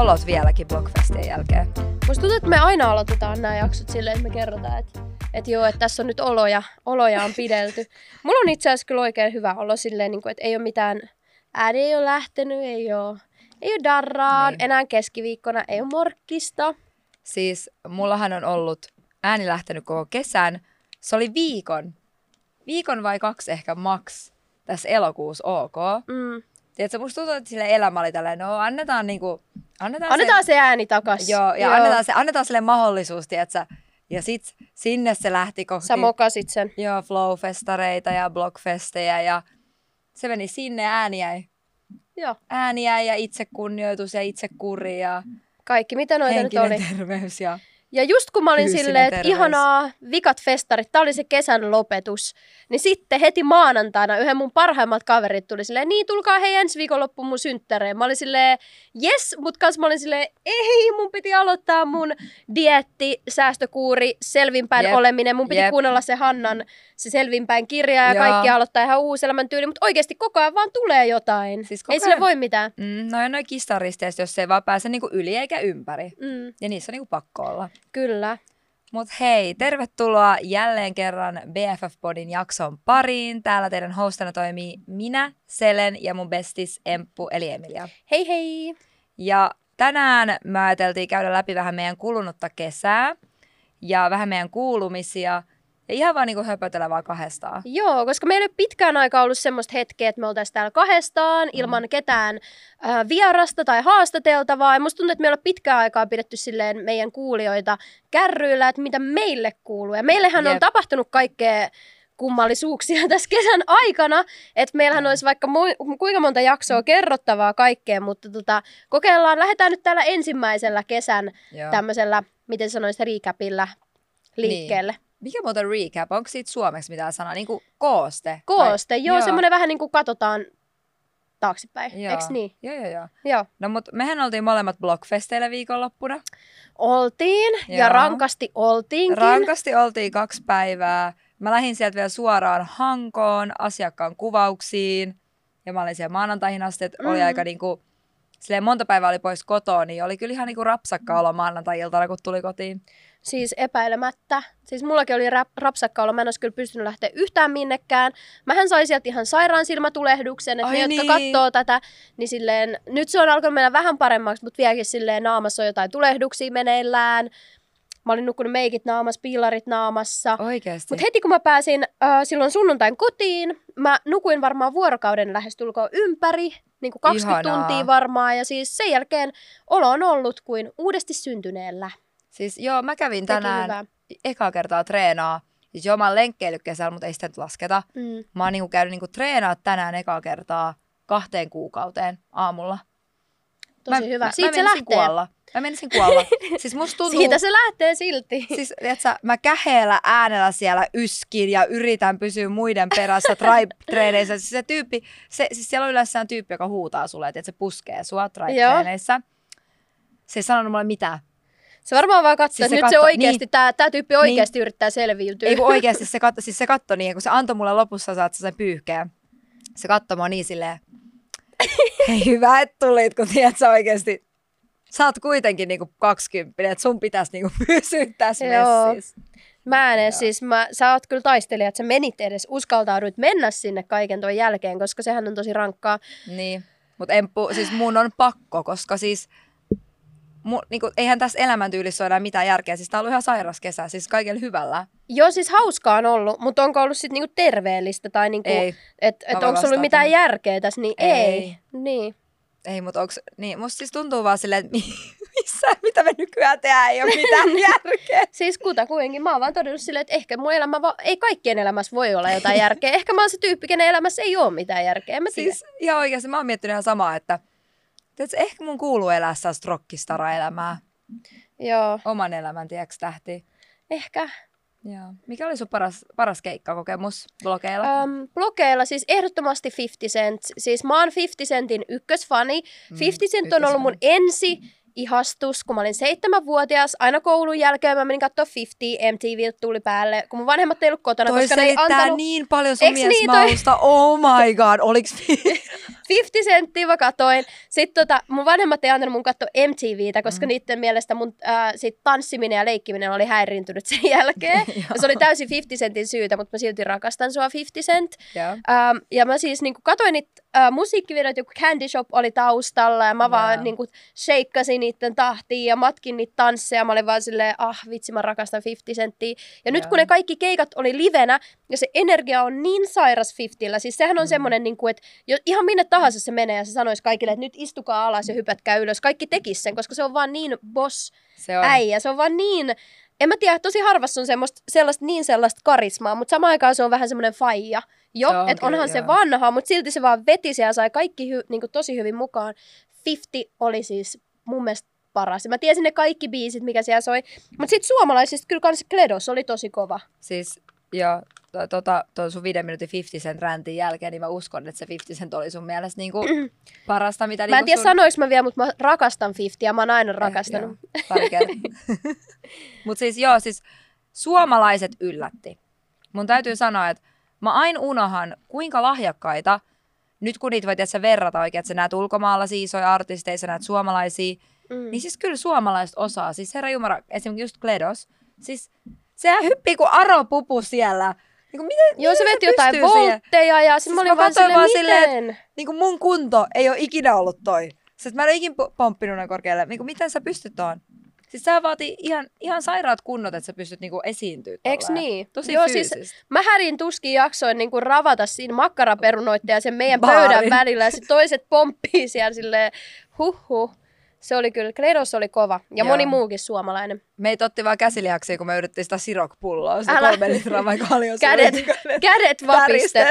olot vieläkin Blockfestien jälkeen. Musta tuntuu, että me aina aloitetaan nämä jaksot silleen, että me kerrotaan, että joo, että tässä on nyt oloja on pidelty. Mulla on itse asiassa kyllä oikein hyvä olo silleen, että ei ole mitään, ääni ei ole lähtenyt, ei ole darraa, niin. Enää keskiviikkona, ei ole morkkista. Siis mullahan on ollut ääni lähtenyt koko kesän. Se oli viikon vai 2 ehkä max tässä elokuussa ok. Tiedätkö, musta tuntuu, että sille elämä oli tällainen, no annetaan se ääni takas. Joo, ja annetaan sille mahdollisuus, tiedätkö. Ja sit sinne se lähti kohti. Sä mokasit sen. Joo, flow-festareita ja blockfestejä ja se meni sinne ja ääni jäi ja itsekunnioitus ja itsekuri ja kaikki, mitä noita nyt oli. Terveys ja just kun mä olin silleen, että ihanaa, vikat festarit, tää oli se kesän lopetus, niin sitten heti maanantaina yhden mun parhaimmat kaverit tuli silleen, niin tulkaa hei ensi viikonloppu mun synttäreen. Mä olin silleen, jes, mut kans mä olin silleen, ei, mun piti aloittaa mun dieetti, säästökuuri, selvinpäin oleminen. Mun piti kuunnella se Hannan, se selvinpäin kirja ja kaikki aloittaa ihan uusi elämäntyyli, mutta oikeesti koko ajan vaan tulee jotain. Siis ei sille voi mitään. Noi kissaristeista, jos se ei vaan pääse niinku yli eikä ympäri. Ja niissä on niinku pakko olla. Kyllä. Mut hei, tervetuloa jälleen kerran BFF-podin jakson pariin. Täällä teidän hostana toimii minä, Selen ja mun bestis Emppu eli Emilia. Hei hei! Ja tänään me ajateltiin käydä läpi vähän meidän kulunutta kesää ja vähän meidän kuulumisia. Ja ihan vaan niinku höpötellä vaan kahdestaan. Joo, koska meillä ei ole pitkään aikaa ollut semmoista hetkeä, että me oltaisiin täällä kahdestaan ilman ketään vierasta tai haastateltavaa. Ja musta tuntuu, että meillä on pitkään aikaa pidetty silleen meidän kuulijoita kärryillä, että mitä meille kuuluu. Ja meillehän on tapahtunut kaikkea kummallisuuksia tässä kesän aikana, että meillähän olisi vaikka kuinka monta jaksoa kerrottavaa kaikkea, mutta kokeillaan, lähdetään nyt täällä ensimmäisellä kesän tämmöisellä, miten sanoisit, recapilla liikkeelle. Niin. Mikä muuten recap? Onko siitä suomeksi mitään sanaa? Niin kuin kooste? Kooste, joo. Semmoinen vähän niin kuin katsotaan taaksepäin, eikö niin? Joo. No mut mehän oltiin molemmat Blockfesteillä viikonloppuna. Oltiin, ja rankasti oltiinkin. Rankasti oltiin 2 päivää. Mä lähdin sieltä vielä suoraan Hankoon, asiakkaan kuvauksiin. Ja mä olin siellä maanantaihin asti, että oli aika niinku, silleen monta päivää oli pois kotoa, niin oli kyllä ihan niinku rapsakka olo maanantai-iltana, kun tuli kotiin. Siis epäilemättä. Siis mullakin oli rapsakka olo. Mä en olisi kyllä pystynyt lähteä yhtään minnekään. Mähän sain sieltä ihan sairaan silmätulehduksen, että ne, jotka katsoo tätä, niin silleen, nyt se on alkanut mennä vähän paremmaksi, mutta vieläkin silleen naamassa on jotain tulehduksia meneillään. Mä olin nukkunut meikit naamassa, piilarit naamassa. Oikeesti? Mutta heti kun mä pääsin silloin sunnuntain kotiin, mä nukuin varmaan vuorokauden lähestulkoon ympäri, niin kuin 20 tuntia varmaan. Ja siis sen jälkeen olo on ollut kuin uudesti syntyneellä. Siis joo, mä kävin tänään ekaa kertaa treenaa. Siis joo, mä oon lenkkeillyt kesällä, mutta ei sitä nyt lasketa. Mä oon niinku käynyt niinku treenaa tänään ekaa kertaa 2 kuukauteen aamulla. Tosi hyvä. Siitä se lähtee. Mä menisin kuolla. Siis musta tuntuu, siitä se lähtee silti. Siis tiiätkö, mä käheellä äänellä siellä yskin ja yritän pysyä muiden perässä tribe-treeneissä. Siis se tyyppi, siis siellä on yleensä tyyppi, joka huutaa sulle, että se puskee sua tribe-treeneissä. Se ei sanonut mulle mitään. Se varmaan vaan katsoo, siis että nyt se oikeasti, niin, tää tyyppi oikeasti yrittää selviytyä. Ei kun oikeasti se katsoi niin, kun se antoi mulle lopussa sen pyyhkeä. Se katsoi mua niin silleen, hei hyvä, että tulit, kun tiedät sä oikeasti, sä oot kuitenkin niinku 20, että sun pitäisi niinku pysyä tässä messissä. Mä en edes siis, sä oot kyllä taistelija, että sä menit edes, uskaltauduit mennä sinne kaiken ton jälkeen, koska sehän on tosi rankkaa. Niin, mutta siis mun on pakko, koska siis niinku, eihän tässä elämäntyylissä ole enää mitään järkeä. Siis tää on ollut ihan sairas kesä, siis kaikella hyvällä. Joo, siis hauskaa on ollut, mutta onko ollut sitten niinku terveellistä tai niinku, että onko ollut mitään järkeä tässä, niin ei. Niin. Ei, mutta onko, niin, musta siis tuntuu vaan silleen, että mitä me nykyään tehdään, ei ole mitään järkeä. Siis kutakuinkin, mä oon vaan todennut silleen, että ehkä mun elämä, ei kaikkien elämässä voi olla jotain järkeä. Ehkä mä oon se tyyppi, kenen elämässä ei ole mitään järkeä, en mä tiedä. Siis ihan oikeasti, mä oon miettinyt ihan samaa, että ehkä mun kuuluu elää sellaista rockistara-elämää. Joo. Oman elämän, tiedätkö, tähti. Ehkä. Joo. Mikä oli sun paras keikkakokemus blogeilla? Blogeilla siis ehdottomasti 50 Cent. Siis mä oon 50 Centin ykkösfani. 50 Cent on ollut mun ihastus, kun mä olin 7-vuotias. Aina koulun jälkeen mä menin katsoa 50, MTV tuli päälle, kun mun vanhemmat ei ollut kotona. Toi koska ne ei antanut niin paljon sun miesmausta. Niin, oh my god, oliks 50 Centtiä mä katoin. Sitten mun vanhemmat ei antanut mun katsoa MTVtä, koska niiden mielestä mun sit tanssiminen ja leikkiminen oli häiriintynyt sen jälkeen. Ja se oli täysin 50 Centin syytä, mutta mä silti rakastan sua 50 Cent. Ja mä siis niinku katoin niitä musiikkivideoita, joku Candy Shop oli taustalla ja mä vaan niinku sheikkasin niiden tahtiin ja matkin niitä tansseja. Mä olin vaan silleen, vitsi mä rakastan 50 Centtiä. Ja nyt kun ne kaikki keikat oli livenä ja se energia on niin sairas 50:llä, siis sehän on semmoinen, niinku, että ihan minne tahansa se menee ja se sanoisi kaikille, että nyt istukaa alas ja hypätkää ylös. Kaikki tekis sen, koska se on vaan niin boss-äijä. Se on vaan niin, en mä tiedä, tosi harvassa on sellaista karismaa, mutta samaan aikaan se on vähän semmoinen faija. Että onhan se vanha, mutta silti se vaan vetisi ja sai kaikki niinku tosi hyvin mukaan. 50 oli siis mun mielestä paras. Mä tiesin ne kaikki biisit, mikä siellä soi. Mutta sitten suomalaisista kyllä kans Kledos oli tosi kova. Siis, joo, tuon sun 5 minuutin 50 Cent räntin jälkeen, niin mä uskon, että se 50 Cent oli sun mielestä niinku parasta, mitä mä en tiedä sanoinko mä vielä, mutta mä rakastan 50 ja mä oon aina rakastanut. Pari kertaa. Mutta siis joo, siis suomalaiset yllätti. Mun täytyy sanoa, että mä aina unohan, kuinka lahjakkaita, nyt kun niitä voi tietysti verrata oikein, että sä näet ulkomaalaisia isoja artisteja, sä näet suomalaisia, niin siis kyllä suomalaiset osaa. Siis herra Jumala, esimerkiksi just Kledos, siis sehän hyppii kuin aropupu siellä. Niin kuin, miten se veti jotain voltteja ja siis mä olin vaan silleen, niin kuin mun kunto ei ole ikinä ollut toi. Siis mä en ole ikinä pomppinut noin korkealle. Niin kuin, miten sä pystyt tuon? Siis sä vaatii ihan sairaat kunnot, että sä pystyt niinku esiintyä tolleen. Eiks niin? Tosi fyysisesti. Siis mä härin tuskin jaksoin niinku ravata siinä makkaraperunoitten ja sen meidän pöydän välillä. Ja sit toiset pomppii siellä silleen Se oli kyllä, Kledos oli kova. Ja moni muukin suomalainen. Meitä otti vaan käsilihaksia, kun me yritettiin sitä sirokpulloa. Sitä 3 litraa vai paljon. Kädet vapiste.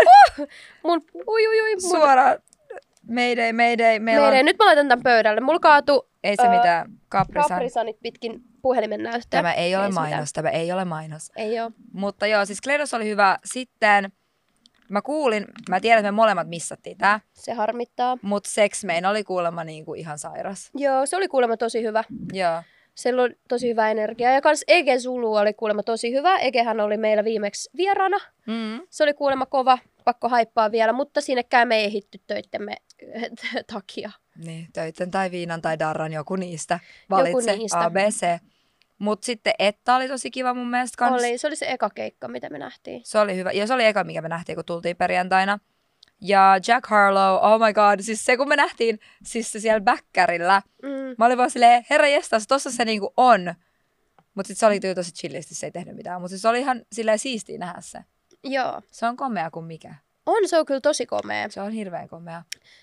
Suoraan. Mayday. Nyt mä laitan tämän pöydälle. Mulla kaatu ei se mitään. Caprisanit pitkin puhelimen näyttää. Tämä ei ole mainos. Ei ole. Mutta joo, siis Kledos oli hyvä. Sitten mä tiedän, että me molemmat missattiin tää. Se harmittaa. Mutta Sex Main oli kuulemma niinku ihan sairas. Joo, se oli kuulemma tosi hyvä. Joo. Siellä on tosi hyvä energia. Ja kans Ege Zulu oli kuulemma tosi hyvä. Egehän oli meillä viimeksi vieraana. Se oli kuulemma kova. Pakko haippaa vielä, mutta sinnekään me ei ehditty töittemme takia. Niin, töitten tai viinan tai darran, joku niistä. Valitse ABC. Mutta sitten Etta oli tosi kiva mun mielestä kans. Se oli se eka keikka, mitä me nähtiin. Se oli hyvä. Ja se oli eka, mikä me nähtiin, kun tultiin perjantaina. Ja Jack Harlow, oh my god. Siis se, kun me nähtiin siis se siellä bäkkärillä. Mä olin vaan silleen, herra jestas, tossa se niinku on. Mutta sitten se oli tosi chillisti, se ei tehnyt mitään. Mutta se oli ihan silleen siistiä nähdä se. Joo. Se on komea kuin mikä. Se on kyllä tosi komea. Se on hirveän komea.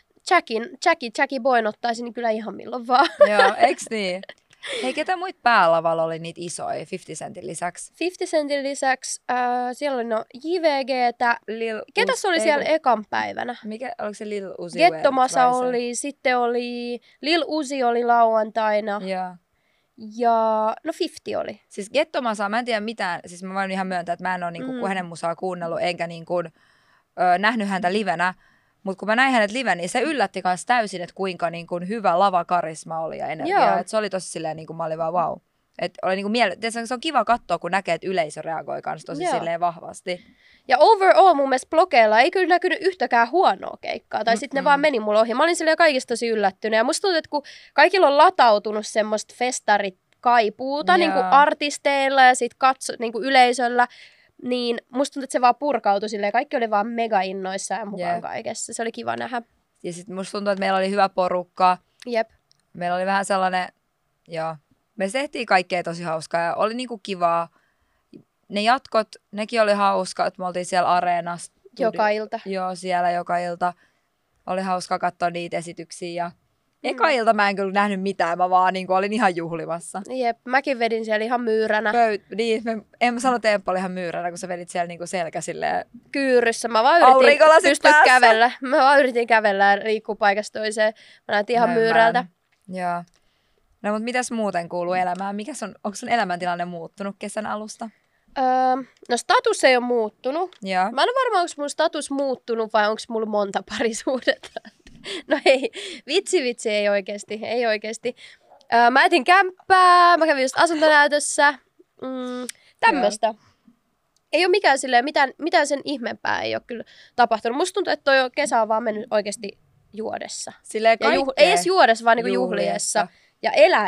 Jackie Boyn ottaisin kyllä ihan milloin vaan. Joo, eiks niin? Hei, ketä muita päälavalla oli niitä isoja 50 Centin lisäksi? 50 Centin lisäksi siellä oli JVGtä. Ketäs oli siellä ekan päivänä? Oliko se Lil Uzi? Gettomasa oli, sitten oli Lil Uzi oli lauantaina. Joo. Ja 50 oli. Siis Gettomasa, mä en tiedä mitään, siis mä voin ihan myöntää, että mä en ole niinku hänen musaa kuunnellut, enkä niinku, nähnyt häntä livenä. Mutta kun mä näin hänet liven, niin se yllätti kans täysin, että kuinka niinku hyvä lavakarisma oli ja energia. Et se oli tosi silleen, niinku, mä olin vaan wow. Et oli niinku se on kiva katsoa, kun näkee, että yleisö reagoi kans tosi silleen vahvasti. Ja overall mun mielestä blogeilla ei kyllä näkynyt yhtäkään huonoa keikkaa. Tai sitten ne vaan meni mulle ohi. Mä olin silleen kaikista tosi yllättynyt. Ja musta tuntuu, että kun kaikilla on latautunut semmoista festarit-kaipuuta niinku artisteilla ja sit niinku yleisöllä, niin musta tuntuu, että se vaan purkautui silleen. Kaikki oli vaan mega innoissaan mukaan kaikessa. Se oli kiva nähdä. Ja sit musta tuntuu, että meillä oli hyvä porukka. Jep. Meillä oli vähän sellainen, me tehtiin kaikkea tosi hauskaa ja oli niinku kivaa. Ne jatkot, nekin oli hauskaa, että me oltiin siellä areenassa. Joka ilta. Joo, siellä joka ilta. Oli hauskaa katsoa niitä esityksiä ja eka ilta mä en kyllä nähnyt mitään, mä vaan niin olin ihan juhlimassa. Jep, mäkin vedin siellä ihan myyränä. En mä sano, että Emppa oli ihan myyränä, kun sä vedit siellä niin selkä silleen kyyryssä. Mä vaan yritin pystyä kävellä. Mä vaan yritin kävellä ja liikkua paikasta toiseen. Mä näytin ihan myyrältä. Joo. No mutta mitäs muuten kuuluu elämään? Onko sun elämäntilanne muuttunut kesän alusta? No status ei ole muuttunut. Joo. Mä en ole varma, onko mun status muuttunut vai onko mulla monta parisuhdetta. No ei, vitsi, ei oikeesti. Mä etin kämppää, mä kävin just asuntonäytössä, tämmöstä. Ei ole mikään silleen, mitään sen ihmeempää ei ole kyllä tapahtunut. Musta tuntuu, että toi kesä on vaan mennyt oikeesti juodessa. Silleen Ja kaikkea. ei edes juodessa, vaan niinku Juhliessa. juhliessa. Ja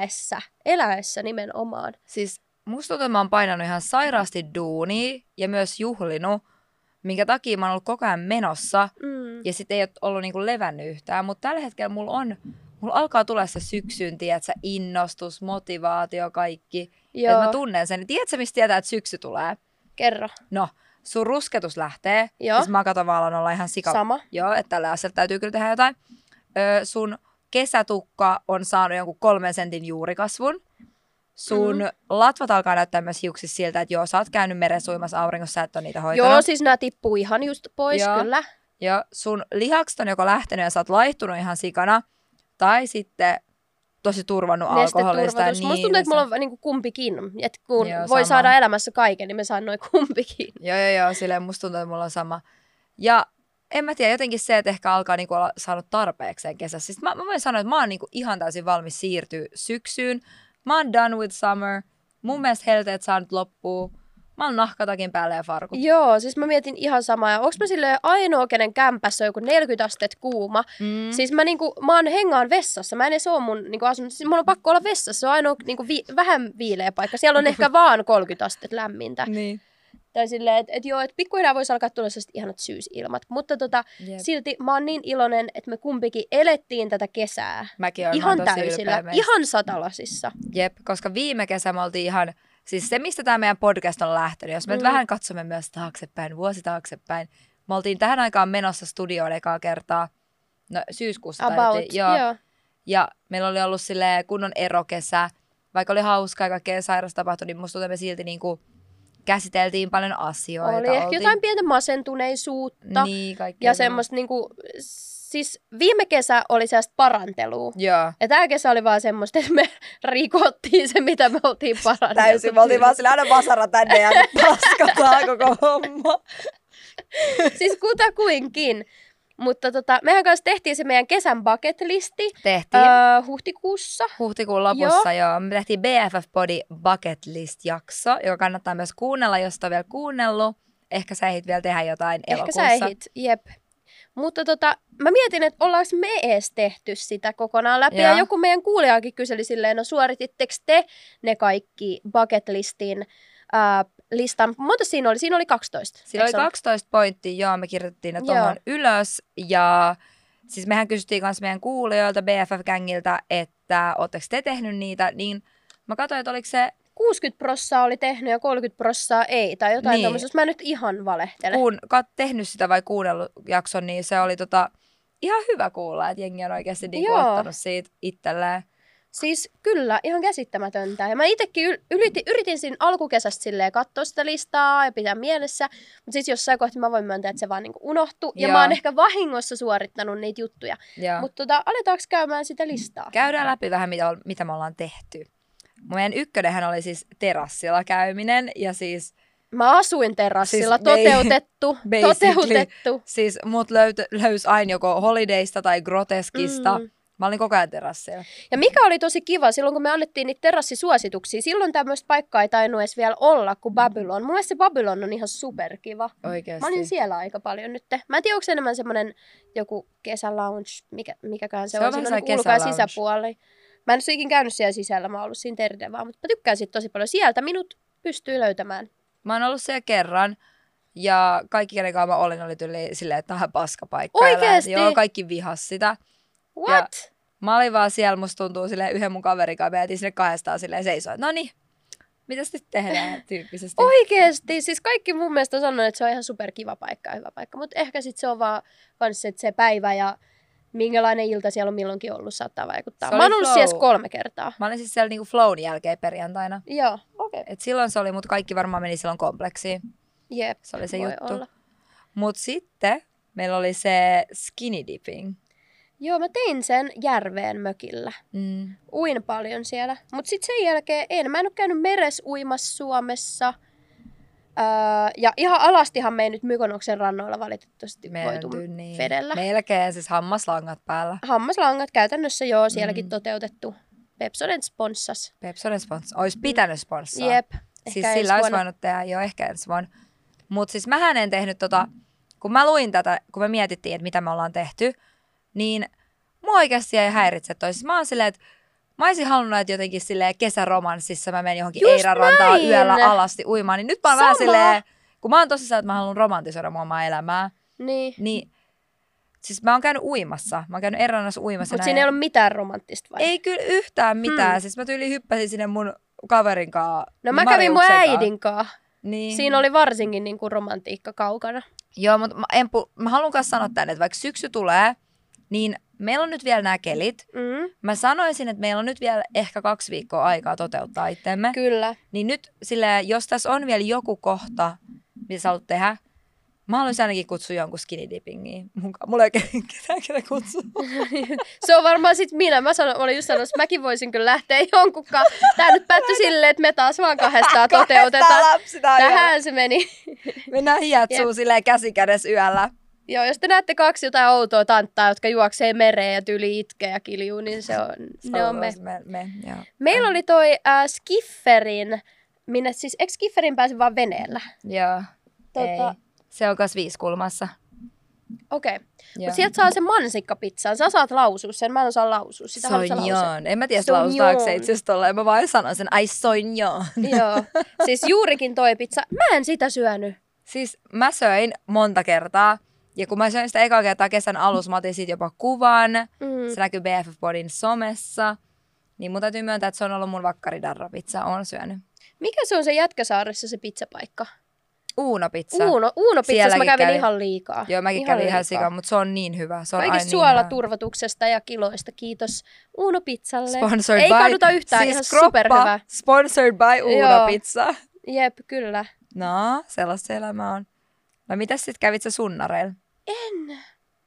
eläessä nimenomaan. Siis musta tuntuu, että mä oon painanut ihan sairaasti duunia ja myös juhlinut, minkä takia mä oon ollut koko ajan menossa. Ja sit ei ole ollut niinku levännyt yhtään. Mutta tällä hetkellä mulla alkaa tulla se syksyn, tiedätkö, innostus, motivaatio, kaikki. Että mä tunnen sen. Tiedätkö, mistä tietää, että syksy tulee? Kerro. No, sun rusketus lähtee. Joo. Siis mä katon vaan olla ihan Sama. Joo, että tällä asialla täytyy kyllä tehdä jotain. Sun kesätukka on saanut jonkun 3 sentin juurikasvun. Sun latvat alkaa näyttää myös hiuksissa siltä, että joo, sä oot käynyt meressä uimassa auringossa, sä et ole niitä hoitanut. Joo, siis nää tippuu ihan just pois, Joo. kyllä. Ja sun lihakset on joko lähtenyt ja sä oot laihtunut ihan sikana, tai sitten tosi turvannut alkoholista. Nesteturvatus. Musta tuntuu, että mulla on niinku kumpikin. Et kun Joo, voi sama. saada elämässä kaiken, niin mä saan noin kumpikin. Joo, silleen musta tuntuu, että mulla on sama. Ja en mä tiedä, jotenkin se, että ehkä alkaa niinku olla saanut tarpeekseen kesässä. Siis mä voin sanoa, että mä oon niinku ihan täysin valmis siirtyä syksyyn. Mä oon done with summer. Mun mielestä helteet saa nyt loppua. Mä oon nahkatakin päälle ja farkut. Joo, siis mä mietin ihan samaa. Ja onks mä silleen ainoa, kenen kämpässä on joku 40 astetta kuuma. Siis mä oon hengaan vessassa. Mä en edes oo mun niinku asunnossa. Siis mulla on pakko olla vessassa. Se on ainoa niinku vähän viileä paikka. Siellä on ehkä vaan 30 astetta lämmintä. Niin. Tai silleen, että joo, että pikkuhiljaa voisi alkaa tulla sellaiset ihanat syysilmat. Mutta silti mä oon niin iloinen, että me kumpikin elettiin tätä kesää. Mäkin oon ihan tosi täysillä, ylpeä meistä. ihan satalasissa. Jep, koska viime kesä me oltiin ihan, siis se mistä tämä meidän podcast on lähtenyt, jos me nyt vähän katsomme myös taaksepäin, vuosi taaksepäin, me oltiin tähän aikaan menossa studioon ekaa kertaa, no syyskuussa taidettiin, joo. Ja meillä oli ollut silleen kunnon erokesä, vaikka oli hauskaa ja kaikkea sairasta tapahtui, niin musta tuntuu, että me silti niinku käsiteltiin paljon asioita. Oli ehkä jotain pientä masentuneisuutta. Niin, ja semmoista niinku, siis viime kesä oli sellaista parantelua. Joo. Ja tää kesä oli vaan semmoista, että me rikottiin se, mitä me oltiin paranneltu. Täysin, me oltiin vaan sillä aina vasara tänne ja paskataan koko homma. Siis kutakuinkin. Mutta mehän kanssa tehtiin se meidän kesän bucket listi. Tehtiin. Huhtikuussa. Huhtikuun lopussa, joo. Me tehtiin BFF Body Bucket List-jakso, joka kannattaa myös kuunnella, jos et ole vielä kuunnellut. Ehkä sä ehdit vielä tehdä jotain elokuussa. Ehkä sä ehdit, jep. Mutta mä mietin, että ollaanko me ees tehty sitä kokonaan läpi. Ja joku meidän kuulijaakin kyseli silleen, no suorititteko te ne kaikki bucket listin listan. Monta siinä oli? Siinä oli 12. Siinä oli 12 pointtia, joo, me kirjoitettiin ne tuohon ylös. Ja siis mehän kysyttiin myös meidän kuulijoilta, BFF-gängiltä, että ootteko te tehnyt niitä, niin mä katsoin, että oliko se 60% oli tehnyt ja 30% ei, tai jotain tämmöistä, mä en nyt ihan valehtele. Tehnyt sitä vai kuunnellut jakson, niin se oli ihan hyvä kuulla, että jengi on oikeasti niinku ottanut siitä itselleen. Siis kyllä, ihan käsittämätöntä. Ja mä itsekin yritin siinä alkukesästä silleen katsoa sitä listaa ja pitää mielessä, mutta siis jossain kohtaa mä voin myöntää, että se vaan niinku unohtui. Ja mä oon ehkä vahingossa suorittanut niitä juttuja. Mutta aletaanko käymään sitä listaa? Käydään läpi vähän, mitä me ollaan tehty. Meidän ykkönenhän oli siis terassilla käyminen ja siis mä asuin terassilla, siis toteutettu. Siis mut löysi aina joko Holidaysta tai Groteskista. Mä olin koko ajan terassilla. Ja mikä oli tosi kiva, silloin kun me annettiin niitä terassisuosituksia, silloin tämmöistä paikkaa ei tainnut edes vielä olla kuin Babylon. Mun mielestä se Babylon on ihan superkiva. Oikeasti. Mä olin siellä aika paljon nyt. Mä en tiedä, onko se enemmän semmoinen joku kesälounge, mikäkään se on. Siinä on ulko- ja sisäpuoli. Mä en ole ikin käynyt siellä sisällä, mä oon ollut siinä terve vaan, mutta mä tykkään siitä tosi paljon. Sieltä minut pystyy löytämään. Mä oon ollut siellä kerran ja kaikki, kenen kanssa mä olin, oli tyyli silleen, että tämä on paskapaikka. Oikeesti? Joo, kaikki vihas sitä. What? Ja mä olin vaan siellä, musta tuntuu silleen yhden mun kaverin kanssa, me jätiin sinne kahdestaan silleen seisoa, että no niin, mitäs nyt tehdään tyyppisesti. Oikeesti, siis kaikki mun mielestä on sanonut, että se on ihan superkiva paikka ja hyvä paikka, mutta ehkä sit se on vaan kans, että se päivä ja minkälainen ilta siellä on milloinkin ollut, saattaa vaikuttaa. Mä oon ollut siellä 3 kertaa. Mä olin siis siellä niinku flown jälkeen perjantaina. Joo, okei. Et silloin se oli, mutta kaikki varmaan meni silloin kompleksiin. Jep, se oli se juttu. Mut sitten meillä oli se skinny dipping. Joo, mä tein sen järveen mökillä. Uin paljon siellä. Mut sit sen jälkeen mä en oo käynyt meres uimassa Suomessa. Ja ihan alastihan me ei nyt Mykonoksen rannoilla valitettavasti voitu vedellä. Melkein siis hammaslangat päällä. Hammaslangat käytännössä joo, sielläkin toteutettu. Pepsodent sponssas. Pepsodent sponssas. Ois pitänyt sponssaa. Jep. Siis sillä olisi voinut tehdä jo ehkä ensi vuonna. Mut siis mähän en tehnyt kun mä luin tätä, kun me mietittiin, että mitä me ollaan tehty, niin mua oikeasti ei häiritse toi. Siis mä oon silleen, että mä olisin halunnut, että jotenkin silleen kesäromanssissa mä menen johonkin Eiran-rantaan yöllä alasti uimaan. Niin nyt mä oon vähän silleen, kun mä oon tosissaan, että mä haluan romantisoida mun omaa elämää. Niin siis mä oon käynyt uimassa. Mä oon käynyt Eiran-rannassa uimassa. Mutta siinä ei ole mitään romanttista vai? Ei kyllä yhtään mitään. Siis mä tyyliin hyppäsin sinne mun kaverin kanssa. No mä kävin mun äidin kanssa. Niin. Siinä oli varsinkin niinku romantiikka kaukana. Joo, mutta mä haluan myös sanoa tänne, että vaikka syksy tulee, niin meillä on nyt vielä nämä kelit. Mä sanoisin, että meillä on nyt vielä ehkä 2 viikkoa aikaa toteuttaa itsemme. Kyllä. Niin nyt silleen, jos tässä on vielä joku kohta, mitä sä haluat tehdä, mä haluaisin ainakin kutsua jonkun skinny dippingiin. Mulla ei ole ketään, ketä kutsua. Se on varmaan sit minä. Mä olin just sanonut, että mäkin voisin kyllä lähteä jonkunkaan. Tää nyt päättyi silleen, että me taas vaan kahdestaan toteutetaan. Tähän se meni. Mennään hiatsuun silleen käsikädessä yöllä. Joo, jos te näette 2 jotain outoa tanttaa, jotka juoksee mereen ja tyyli itkee ja kiljuu, niin ne on me. Meillä oli toi Skifferin, siis eikö Skifferin pääse vaan veneellä? Joo, ei. Se on kas 5 kulmassa. Okei. Mutta sieltä saa sen mansikkapizzan. Sä saat lausua sen. Mä en osaa lausua. Sitä Soignon. En mä tiedä, lausutaanko se itse asiassa tolleen. Mä vaan sanon sen, ai soignon. Joo. Siis juurikin toi pizza. Mä en sitä syönyt. Siis mä söin monta kertaa. Ja kun mä söin sitä ekaa kertaa kesän alussa, mä otin siitä jopa kuvan. Se näkyy BFF Bodyn somessa. Niin mun täytyy myöntää, että se on ollut mun vakkaridarrapizza. Oon syönyt. Mikä se on se Jätkäsaaressa se pizzapaikka? Uuno-pizza. Uuno-pizzassa mä kävin ihan liikaa. Joo, mäkin kävin ihan sikaa, mutta se on niin hyvä. Se on kaikista suolaturvotuksesta ja kiloista. Kiitos Uuno-pizzalle. Sponsored ei by, kaduta yhtään, siis ihan superhyvä. Sponsored by Uuno-pizza. Jep, kyllä. No, sellaista elämä on. No mitäs sit kävit sä sunnareilla? En.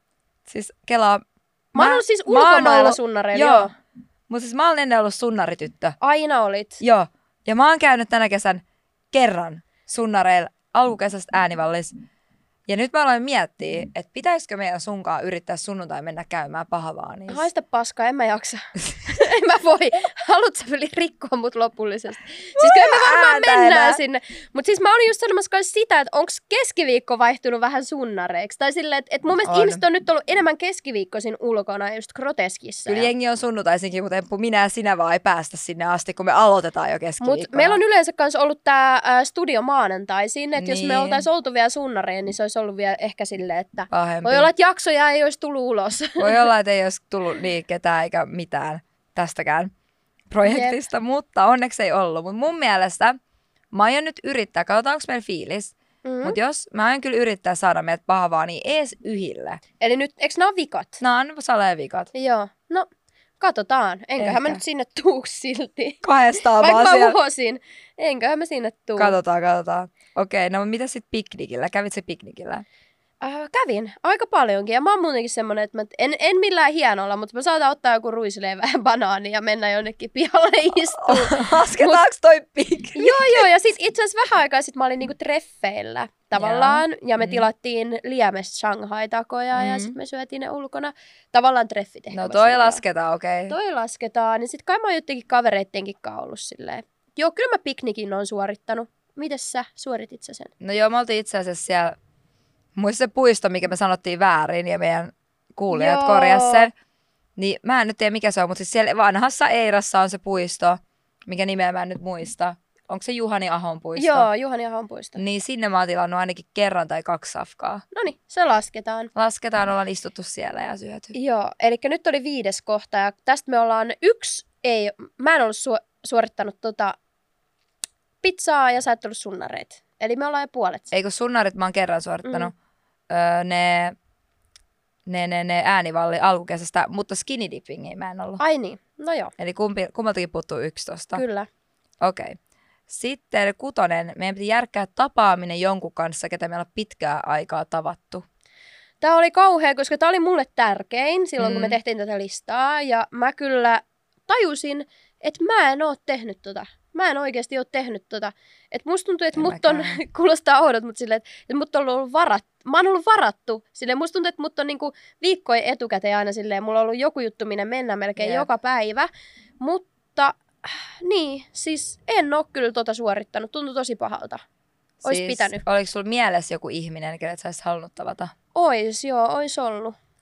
Siis kelaa. Mä oon ollut siis ulkomailla sunnareilla, joo. Mutta siis mä oon ennen ollut sunnarityttö. Aina olit. Joo. Ja mä oon käynyt tänä kesän kerran sunnareilla alkukesästä Äänivallis. Ja nyt mä aloin miettiä, että pitäisikö meidän sunkaan yrittää sunnuntai mennä käymään Pahavaaniin. Haista paskaa, en mä jaksa. En mä voi. Haluatko rikkoa mut lopullisesti? Siis kyllä me varmaan mennään sinne. Mutta siis mä olin just sanomassa myös sitä, että onko keskiviikko vaihtunut vähän sunnareiksi. Tai silleen, että mun mielestä ihmiset on nyt ollut enemmän keskiviikkoisin ulkona just groteskissa. Kyllä jengi on sunnuntaisinkin, mutta minä ja sinä vaan ei päästä sinne asti, kun me aloitetaan jo keskiviikkona. Mutta meillä on yleensä myös ollut tää studio maanantaisin, että jos me oltaisiin oltu vielä sunnareen, niin se olisi ollut vielä ehkä silleen, että pahempi. Voi olla, että jaksoja ei olisi tullut ulos. Voi olla, että ei olisi tullut niin ketään eikä mitään tästäkään projektista, mutta onneksi ei ollut. Mutta mun mielestä mä aion nyt yrittää, katsotaan onko meillä fiilis, mutta jos mä aion kyllä yrittää saada meidät Pahavaaniin ees yhille. Eli nyt, eikö nämä ole vikat? Nämä on salee vikat. Joo, no katsotaan. Enköhän mä nyt sinne tuu silti. Kahdestaan vaan vaikka siellä. mä uhosin. Enköhän mä sinne tuu. Katsotaan. Okei, no mitä sitten piknikillä? Kävit se piknikillä? Kävin aika paljonkin ja mä oon muutenkin semmonen, että mä en millään hienolla, mutta mä saatan ottaa joku ruisleivä ja banaani ja mennä jonnekin pihalle istuun. Lasketaanko toi piknik? Joo, ja sit itse asiassa vähän aikaa sit mä olin niinku treffeillä tavallaan ja me tilattiin Liemestä Shanghai-takoja ja sit me syötiin ne ulkona. Tavallaan treffit ehkä. No toi lasketaan, okei. Toi lasketaan, niin sit kai mä oon jotenkin kavereittenkin kanssa ollut silleen. Joo, kyllä mä piknikin oon suorittanut. Mites sä suoritit sä sen? No joo, me oltiin itse asiassa siellä. Muista se puisto, mikä me sanottiin väärin ja meidän kuulijat korjasi sen. Niin mä en nyt tiedä mikä se on, mutta siis siellä vanhassa Eirassa on se puisto, mikä nimeä mä en nyt muista. Onko se Juhani Ahon puisto? Joo, Juhani Ahon puisto. Niin sinne mä oon tilannut ainakin kerran tai 2 safkaa. Noniin, se lasketaan. Lasketaan, ollaan istuttu siellä ja syöty. Joo, eli nyt oli 5. kohta ja tästä me ollaan mä en ollut suorittanut pizzaa ja sä et ollut sunnareit. Eli me ollaan jo puolet. Eikö sunnarit mä oon kerran suorittanut ne äänivalli alkukesästä, mutta skinny dippingiä mä en ollut. Ai niin, no joo. Eli kummaltakin puuttuu 11. Kyllä. Okei. Sitten 6. Meidän piti järkkää tapaaminen jonkun kanssa, ketä meillä on pitkää aikaa tavattu. Tämä oli kauhea, koska tämä oli mulle tärkein silloin, kun me tehtiin tätä listaa. Ja mä kyllä tajusin, että mä en oo tehnyt Mä en oikeasti ole tehnyt Että musta tuntuu, että mut on, kuulostaa oudot, mutta silleen, että mut on ollut mä oon ollut varattu. Silleen, musta tuntuu, että mut on niinku viikkojen etukäteen aina silleen, mulla on ollut joku juttu, minne mennä melkein joka päivä. Mutta niin, siis en oo kyllä suorittanut. Tuntui tosi pahalta. Ois pitänyt. Oliko sulla mielessä joku ihminen, kenet sä olisit halunnut tavata? Ois ollut.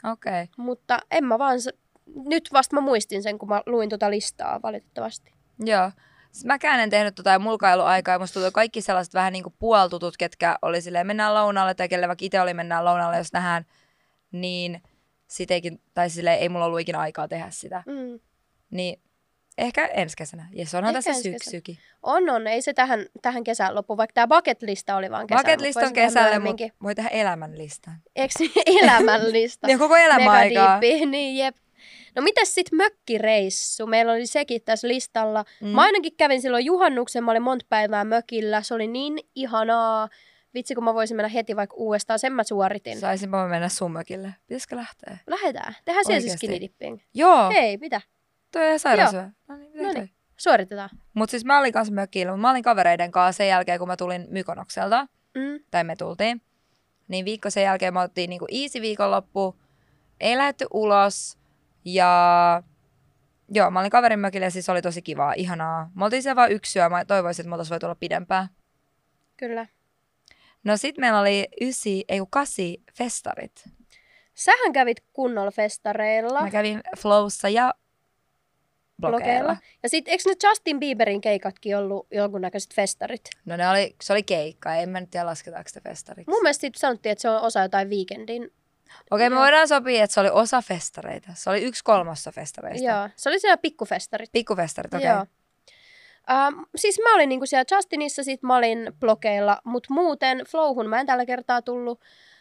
Okei. Okay. Mutta en mä vaan, nyt vasta mä muistin sen, kun mä luin tota listaa valitettavasti. Joo. Mäkään en tehnyt tota mulkailuaikaa ja musta tuntui kaikki sellaiset vähän niinku puoltutut, ketkä oli silleen mennään lounaalle tai kelle vaikka itse oli mennään lounaalle, jos nähdään, niin tai silleen ei mulla ollut ikinä aikaa tehdä sitä. Niin ehkä ensi kesänä. Ja se onhan Ehkä tässä syksykin. On. Ei se tähän kesään loppu, vaikka tämä bucket-lista oli vaan kesällä. Bucket-lista on kesällä, mutta voi tehdä elämänlistan. Eikö elämänlista? Ja koko elämäaikaa. Niin jep. No mitäs sit mökkireissu? Meillä oli sekin tässä listalla. Mä ainakin kävin silloin juhannuksen, mä olin monta päivää mökillä. Se oli niin ihanaa. Vitsi, kun mä voisin mennä heti vaikka uudestaan, sen mä suoritin. Saisinpa mä mennä sun mökille. Pitäisikö lähteä? Lähdetään. Tehdään siellä se skinny dipping. Joo. Hei, mitä? Toi on ihan sairaan hyvä. Noniin, suoritetaan. Mut siis mä olin kanssa mökillä, mutta mä olin kavereiden kanssa sen jälkeen, kun mä tulin Mykonokselta. Tai me tultiin. Niin viikko sen jälkeen me otettiin niinku easy viikonloppu. Ei lähdetty ulos. Ja joo, mä olin kaverin mökillä ja siis oli tosi kivaa, ihanaa. Me oltiin siellä vaan yksi yö, mä toivoisin, että me oltaisiin voitu olla pidempään. Kyllä. No sit meillä oli 8 festarit. Sähän kävit kunnolla festareilla. Mä kävin Flowssa ja blogeilla. Ja sit eikö ne Justin Bieberin keikatkin ollut jonkunnäköiset festarit? No se oli keikka, en mä nyt tiedä lasketaanko sitä festariksi. Mun mielestä siitä sanottiin, että se on osa jotain weekendin. Okei, me voidaan sopia, että se oli osa festareita. Se oli 1/3 festareista. Joo, se oli siellä pikkufestarit. Pikkufestarit, okei. Joo. Siis mä olin niinku siellä Justinissa, sit mä olin blogeilla, mutta muuten Flowhun mä en tällä kertaa tullut.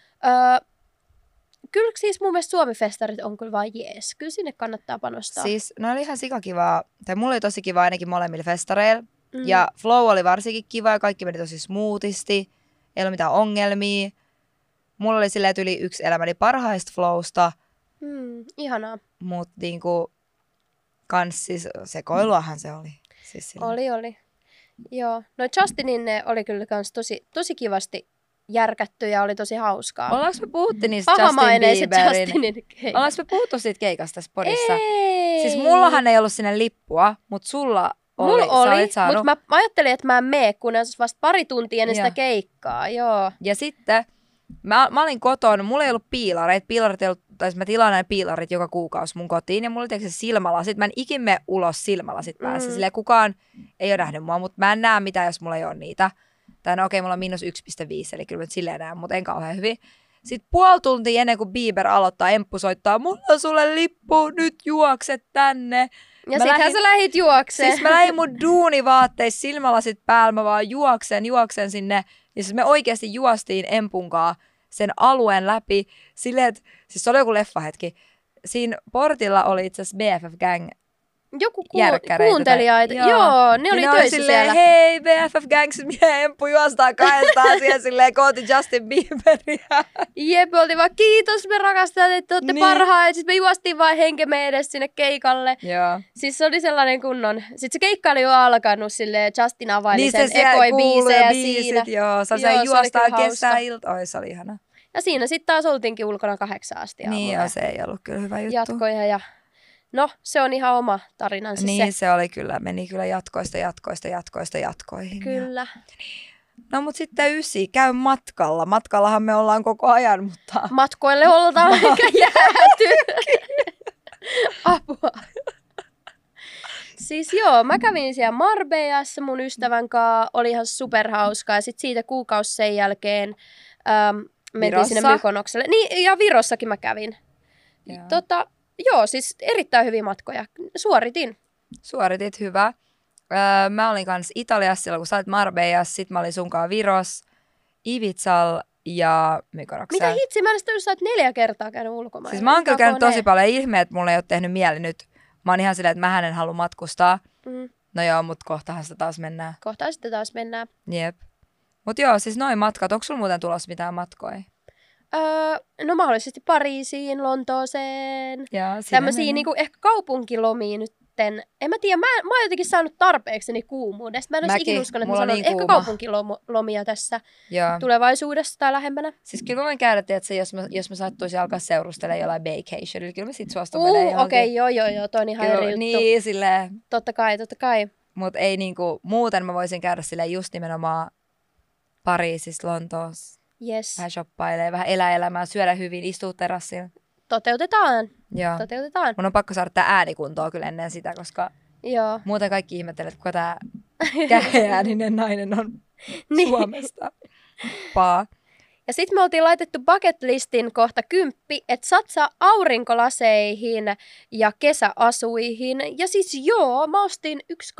Kyllä siis mun mielestä Suomi-festarit on kyllä vaan jees. Kyllä sinne kannattaa panostaa. Siis ne oli ihan sikakivaa, tai mulla oli tosi kiva ainakin molemmilla festareilla. Ja Flow oli varsinkin kiva ja kaikki meni tosi smoothisti. Ei ollut mitään ongelmia. Mulla oli silleen yli yksi elämäni parhaista Flowsta. Ihanaa. Mut niinku kans siis sekoiluahan se oli. Siis oli. Joo. No Justinin ne oli kyllä kans tosi kivasti järkätty ja oli tosi hauskaa. Ollaanko me puhuttu niistä Ollaanko me puhuttu siitä keikasta tässä podissa? Ei. Siis mullahan ei ollut sinne lippua, mutta sulla oli. Mulla oli, mutta mä ajattelin, että mä en mene, kun ne vasta pari tuntia ennen sitä keikkaa. Joo. Ja sitten mä olin kotona, mulla ei ollut piilareita. Mä tilaan näin piilarit joka kuukausi mun kotiin ja mulla oli tietysti silmälasit. Mä en ikin mene ulos silmälasit päässä. Silleen kukaan ei ole nähnyt mua, mutta mä en näe mitään, jos mulla ei ole niitä. Tai no okei, mulla on -1,5, eli kyllä mä silleen näen, mutta en kauhean hyvin. Sitten puoli tuntia ennen kuin Bieber aloittaa, Emppu soittaa, mulla on sulle lippu, nyt juokset tänne. Ja sittenhän sä lähit juokseen. Siis mä lähdin mun duunivaatteissa, silmälasit päällä, mä vaan juoksen sinne. Ja siis me oikeasti juostiin Empunkaa sen alueen läpi. Silleen, että siis se oli joku leffahetki. Siinä portilla oli itse asiassa BFF Gang joku kuuntelijaita. Joo, ne oli töissä silleen, siellä. Hei, BFF Gang, minä Emppu juostaan kahdestaan siihen silleen, kooti Justin Bieberia. Jep, oltiin vaan kiitos, me rakastetaan, että olette parhaat. Sitten me juostiin vaan henkemme edes sinne keikalle. Joo. Siis se oli sellainen kunnon. Sitten se keikka oli jo alkanut silleen, Justin availi sen ekoi biisejä siinä. Joo, se juostaan kestää ilta. Oi, se oli ihana. Ja siinä sitten taas oltiinkin ulkona 8 asti. Niin, joo, se ei ollut kyllä hyvä juttu. Jatkoja ja no, se on ihan oma tarinansa niin, se oli kyllä. Meni kyllä jatkoihin. Kyllä. Ja niin. No, mutta sitten 9, käy matkalla. Matkallahan me ollaan koko ajan, mutta matkoille ollaan aika jääty. Apua. Siis joo, mä kävin siellä Marbejassa mun ystävän kanssa. Oli ihan superhauskaa. Ja sitten siitä kuukausi sen jälkeen mentiin sinne Mykonokselle. Niin, ja Virossakin mä kävin. Joo, siis erittäin hyviä matkoja. Suoritit hyvä. Mä olin kanssa Italiassa silloin, kun sä olit Marbejassa. Sitten mä olin sunkaan Viros, Ibizal ja Mykonoksella. Mitä hitsi? Mä en sitä sä oot 4 kertaa käynyt ulkomailla. Siis mä oon kyllä käynyt tosi paljon. Ihme, että mulla ei ole tehnyt mieli nyt. Mä oon ihan silleen, että mähän en halua matkustaa. No joo, mut kohtahan sitä taas mennään. Jep. Mut joo, siis noin matkat. Onko sulla muuten tulossa mitään matkoja? No mahdollisesti Pariisiin, Lontooseen. Tämmöisiä niinku ehkä kaupunkilomia nytten. En mä tiedä, mä oon jotenkin saanut tarpeeksi kuumuudesta. Mä en olisi ikinä uskonut, että mä sanon ehkä kaupunkilomia tässä tulevaisuudessa tai lähempänä. Siis kyllä mä voin käydä, että jos mä sattuisin alkaa seurustelemaan jollain vacationilla, kyllä mä sit suostun menee johonkin. Okei, joo, toi on ihan eri juttu. Niin, silleen. Totta kai. Mut ei niinku, muuten mä voisin käydä silleen just nimenomaan Pariisissa, Lontoossa. Yes. Vähän shoppailee, vähän elää elämää, syödä hyvin, istua terassilla. Toteutetaan. Joo. Toteutetaan. Mun on pakko saada tää äänikuntoa kyllä ennen sitä, koska Joo. muuten kaikki ihmettelee, että kuka tää käheääninen nainen on Niin. Suomesta. Paa. Ja sitten me oltiin laitettu bucket listin kohta 10, että satsaa aurinkolaseihin ja kesäasuihin. Ja siis joo, mä ostin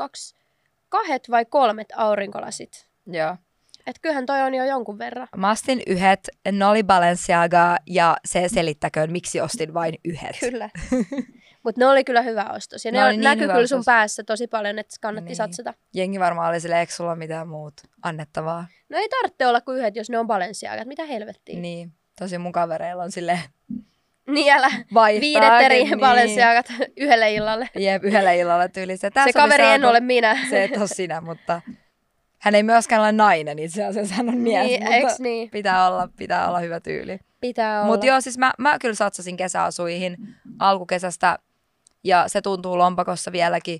2 vai 3 aurinkolasit. Joo. Et kyllähän toi on jo jonkun verran. Mä ostin 1, ne oli Balenciaga ja se selittäköön, miksi ostin vain 1. Kyllä. Mutta ne oli kyllä hyvä ostos. Ja Ne ne oli niin näkyy hyvä kyllä sun ostos. päässä tosi paljon, että kannatti Niin. satsata. Jengi varmaan oli silleen, eikö sulla ole mitään muut annettavaa? No ei tarvitse olla kuin 1, jos ne on Balenciagat. Mitä helvettiä? Niin. Tosi mun kavereilla on silleen Niin älä vaihtaakin. 5 eri niin. Balenciagat yhdelle illalle. Jep, yhdellä illalla tyyli. Se Kaveri en ole minä. Se et ole sinä, mutta hän ei myöskään ole nainen itse asiassa, hän on mies, Niin, mutta eiks niin? pitää olla hyvä tyyli. Pitää olla. Mutta joo, siis mä kyllä satsasin kesäasuihin alkukesästä ja se tuntuu lompakossa vieläkin,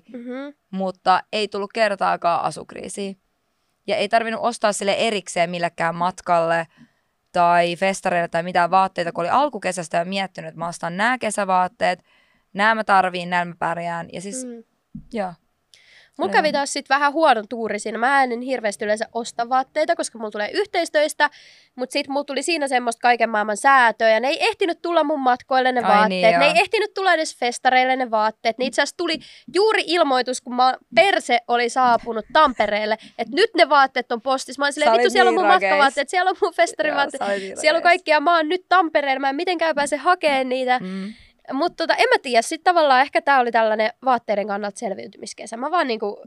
mutta ei tullut kertaakaan asukriisiä. Ja ei tarvinnut ostaa sille erikseen millekään matkalle tai festareille tai mitään vaatteita, kun oli alkukesästä jo miettinyt, että mä ostan nämä kesävaatteet, nämä mä tarviin, nämä mä pärjään. Ja siis, joo. Mulla kävi taas sit vähän huono tuuri siinä. Mä en hirveästi yleensä osta vaatteita, koska mulla tulee yhteistöistä, mutta sit mulla tuli siinä semmoista kaiken maailman säätöä. Ja ne ei ehtinyt tulla mun matkoille ne vaatteet. Niin, ne ei ehtinyt tulla edes festareille ne vaatteet. Ne itse asiassa tuli juuri ilmoitus, kun perse oli saapunut Tampereelle, että nyt ne vaatteet on postissa. Mä olin silleen, vittu, siellä on mun matkavaatteet, siellä on mun festarivaatteet, siellä on kaikkia. Mä oon nyt Tampereella, mä en mitenkään pääse hakemaan niitä. Mutta en mä tiedä, sitten tavallaan ehkä tää oli tällainen vaatteiden kannalta selviytymiskesä. Mä vaan niinku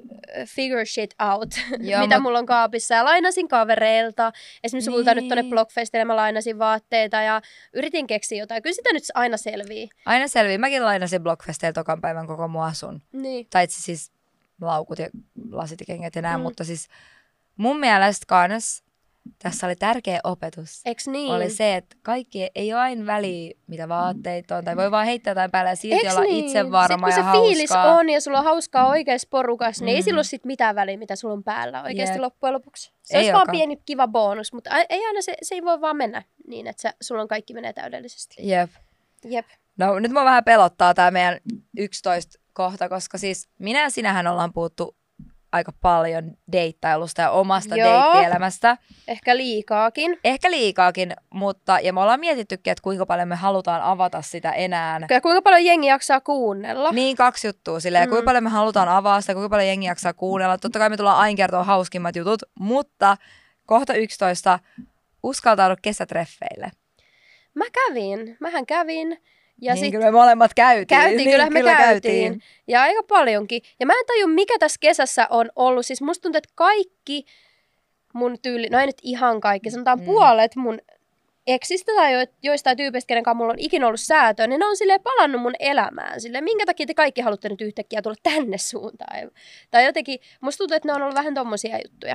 figure shit out, Joo, mitä mulla on kaapissa. Ja lainasin kavereilta. Esimerkiksi multa nyt tonne Niin. Blockfestille mä lainasin vaatteita ja yritin keksiä jotain. Kyllä sitä nyt aina selvii. Aina selviää. Mäkin lainasin Blockfesteillä tokan päivän koko mun asun. Niin. Tai itse siis laukut ja lasit ja kengät ja nää, mutta siis mun mielestä kans tässä oli tärkeä opetus. Eiks niin? Oli se, että kaikki ei ole aina väliä, mitä vaatteita on, tai voi vaan heittää jotain päälle ja silti Eiks olla niin? itse varma Sitten ja kun se fiilis hauskaa. on ja sulla on hauskaa oikeassa porukassa, niin ei sillä ole sit mitään väliä, mitä sulla on päällä oikeasti Jep. loppujen lopuksi. Se Ei olisi vaan olekaan. pieni kiva bonus, mutta ei aina se ei voi vaan mennä niin, että sulla on kaikki menee täydellisesti. Jep. Jep. No nyt mua vähän pelottaa tää meidän 11 kohta, koska siis minä ja sinähän ollaan puhuttu aika paljon deittailusta ja omasta Joo. deittielämästä. Ehkä liikaakin. Ehkä liikaakin, mutta ja me ollaan mietittykin, että kuinka paljon me halutaan avata sitä enää. Ja kuinka paljon jengi jaksaa kuunnella. Niin, 2 juttua silleen, kuinka paljon me halutaan avaa sitä, kuinka paljon jengi jaksaa kuunnella. Totta kai me tullaan aina kertoa hauskimmat jutut, mutta kohta 11 uskaltaudu kesätreffeille. Mähän kävin. Ja Niin, sit kyllä me molemmat käytiin. Niin, kyllähän me kyllä käytiin. Ja aika paljonkin. Ja mä en tajua, mikä tässä kesässä on ollut. Siis musta tuntuu, että kaikki mun tyyli, no ei nyt ihan kaikki, sanotaan puolet mun eksistä tai joistain tyypeistä, kenen kanssa mulla on ikinä ollut säätöä, niin ne on silleen palannut mun elämään. Silleen, minkä takia te kaikki haluatte nyt yhtäkkiä tulla tänne suuntaan? Tai jotenkin, musta tuntuu, että ne on ollut vähän tommosia juttuja.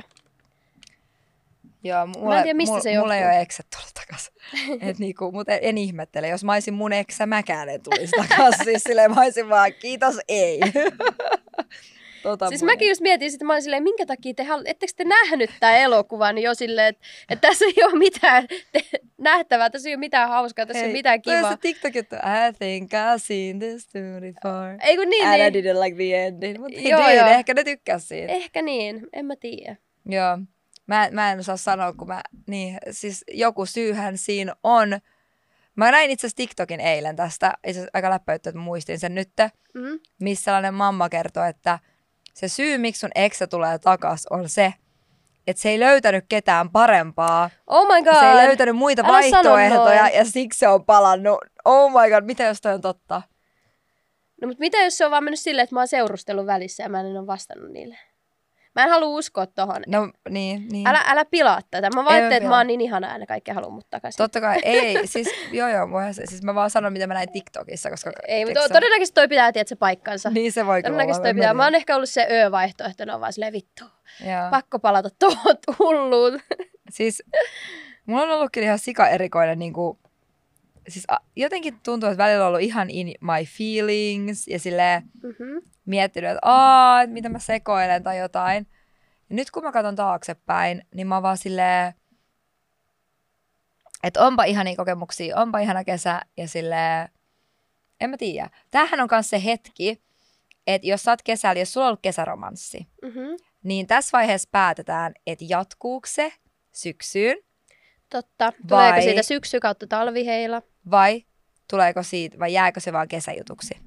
Joo, Mä en tiedä, mistä se mulla ei johtuu. ole ekset tullut takas. Et niinku, mutta en ihmettele. Jos mä olisin mun eksä, mäkään en tulisi takas. Siis silleen mä olisin vaan, kiitos, ei. Siis mäkin just mietin, että mä olin silleen, minkä takia ettekö te nähnyt tämän elokuvan jo silleen, että tässä ei ole mitään nähtävää, tässä ei ole mitään hauskaa, tässä ei ole mitään Toi on kivaa. se TikTok-juttu. I think I've seen this story before. Ei kun niin, And I niin. didn't like the ending. Mutta Joo, joo. ehkä ne tykkäs siitä. Ehkä niin, en mä tiedä. Joo. Mä en osaa sanoa, kun niin, siis joku syyhän siinä on. Mä näin itse asiassa TikTokin eilen tästä, itse asiassa aika läppäyttä, että mä muistin sen nyt, missä sellainen mamma kertoi, että se syy, miksi sun eksä tulee takas, on se, että se ei löytänyt ketään parempaa. Oh my god. Se ei löytänyt muita Älä sano vaihtoehtoja noin. ja siksi se on palannut. Oh my god, mitä jos toi on totta? No mutta mitä jos se on vaan mennyt silleen, että mä oon seurustellut välissä ja mä en ole vastannut niille? Mä en halua uskoa tohon. No niin. Älä pilaa tätä. Mä vaan Ei ajattelin, että pilaa. mä oon niin ihana ja ne kaikki haluaa mut takaisin. Totta kai, ei, siis joo, siis mä vaan sanon, mitä mä näin TikTokissa, koska... Ei, mutta tiedätkö sä- todennäköisesti toi pitää tietää se paikkansa. Niin se voi kyllä Todennäköisesti olla. toi pitää. Mä oon ehkä ollut se vaihtoehto, ne on vaan silleen vittu. Joo. Pakko palata tuohon hulluun. Siis mulla on ollut kyllä ihan sika-erikoinen niinku... Siis jotenkin tuntuu, että välillä on ollut ihan in my feelings ja silleen miettinyt, että mitä mä sekoilen tai jotain. Ja nyt kun mä katson taaksepäin, niin mä oon vaan silleen, Että onpa ihania kokemuksia, onpa ihana kesä ja silleen, en mä tiedä. Tämähän on myös se hetki, että jos sä oot kesällä, jos sulla on ollut kesäromanssi, niin tässä vaiheessa päätetään, että jatkuuko se syksyyn. Totta. Tuleeko siitä syksy kautta talviheila? Vai tuleeko siitä, vai jääkö se vaan kesäjutuksi?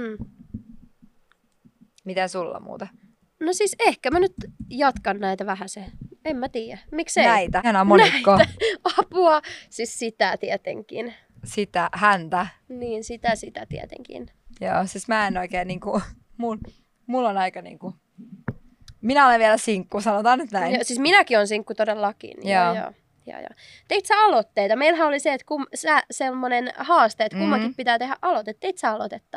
Mitä sulla muuta? No siis ehkä mä nyt jatkan näitä vähän se. En mä tiedä. Miksei? Näitä. Ihanaa monikko. Näitä. Apua. Siis sitä tietenkin. Sitä, häntä. Niin, sitä tietenkin. Joo, siis mä en oikein niinku, mulla on aika niinku, minä olen vielä sinkku, sanotaan nyt näin. Joo, siis minäkin on sinkku todellakin. Joo. Teit sä aloitteita? Meillähän oli se, että semmoinen haaste, että kummankin pitää tehdä aloite. Teit sä aloitetta?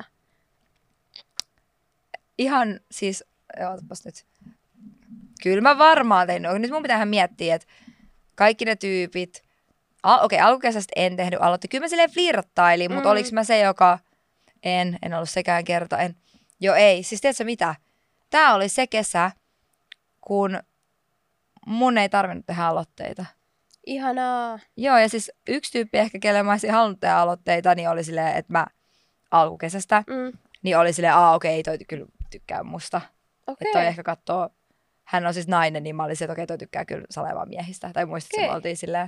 Ihan siis, ootapas nyt. Kyllä mä varmaan tein. Nyt mun pitää miettiä, että kaikki ne tyypit, alkukesästä en tehnyt aloitte. Kyllä mä silleen flirttailin, mutta oliks mä se, joka, en ollut sekään kerta. Joo ei, siis tiedätkö mitä? Tää oli se kesä, kun mun ei tarvinnut tehdä aloitteita. Ihanaa. Joo, ja siis yksi tyyppi ehkä, kelle mä olisin halunnut tehdä aloitteita, niin oli silleen, että mä alkukesästä, niin oli silleen, okei, toi kyllä tykkää musta. Että toi ehkä katsoo, hän on siis nainen, niin mä olisin, että okei, toi tykkää kyllä salevaa miehistä. Tai muistat, että me oltiin silleen.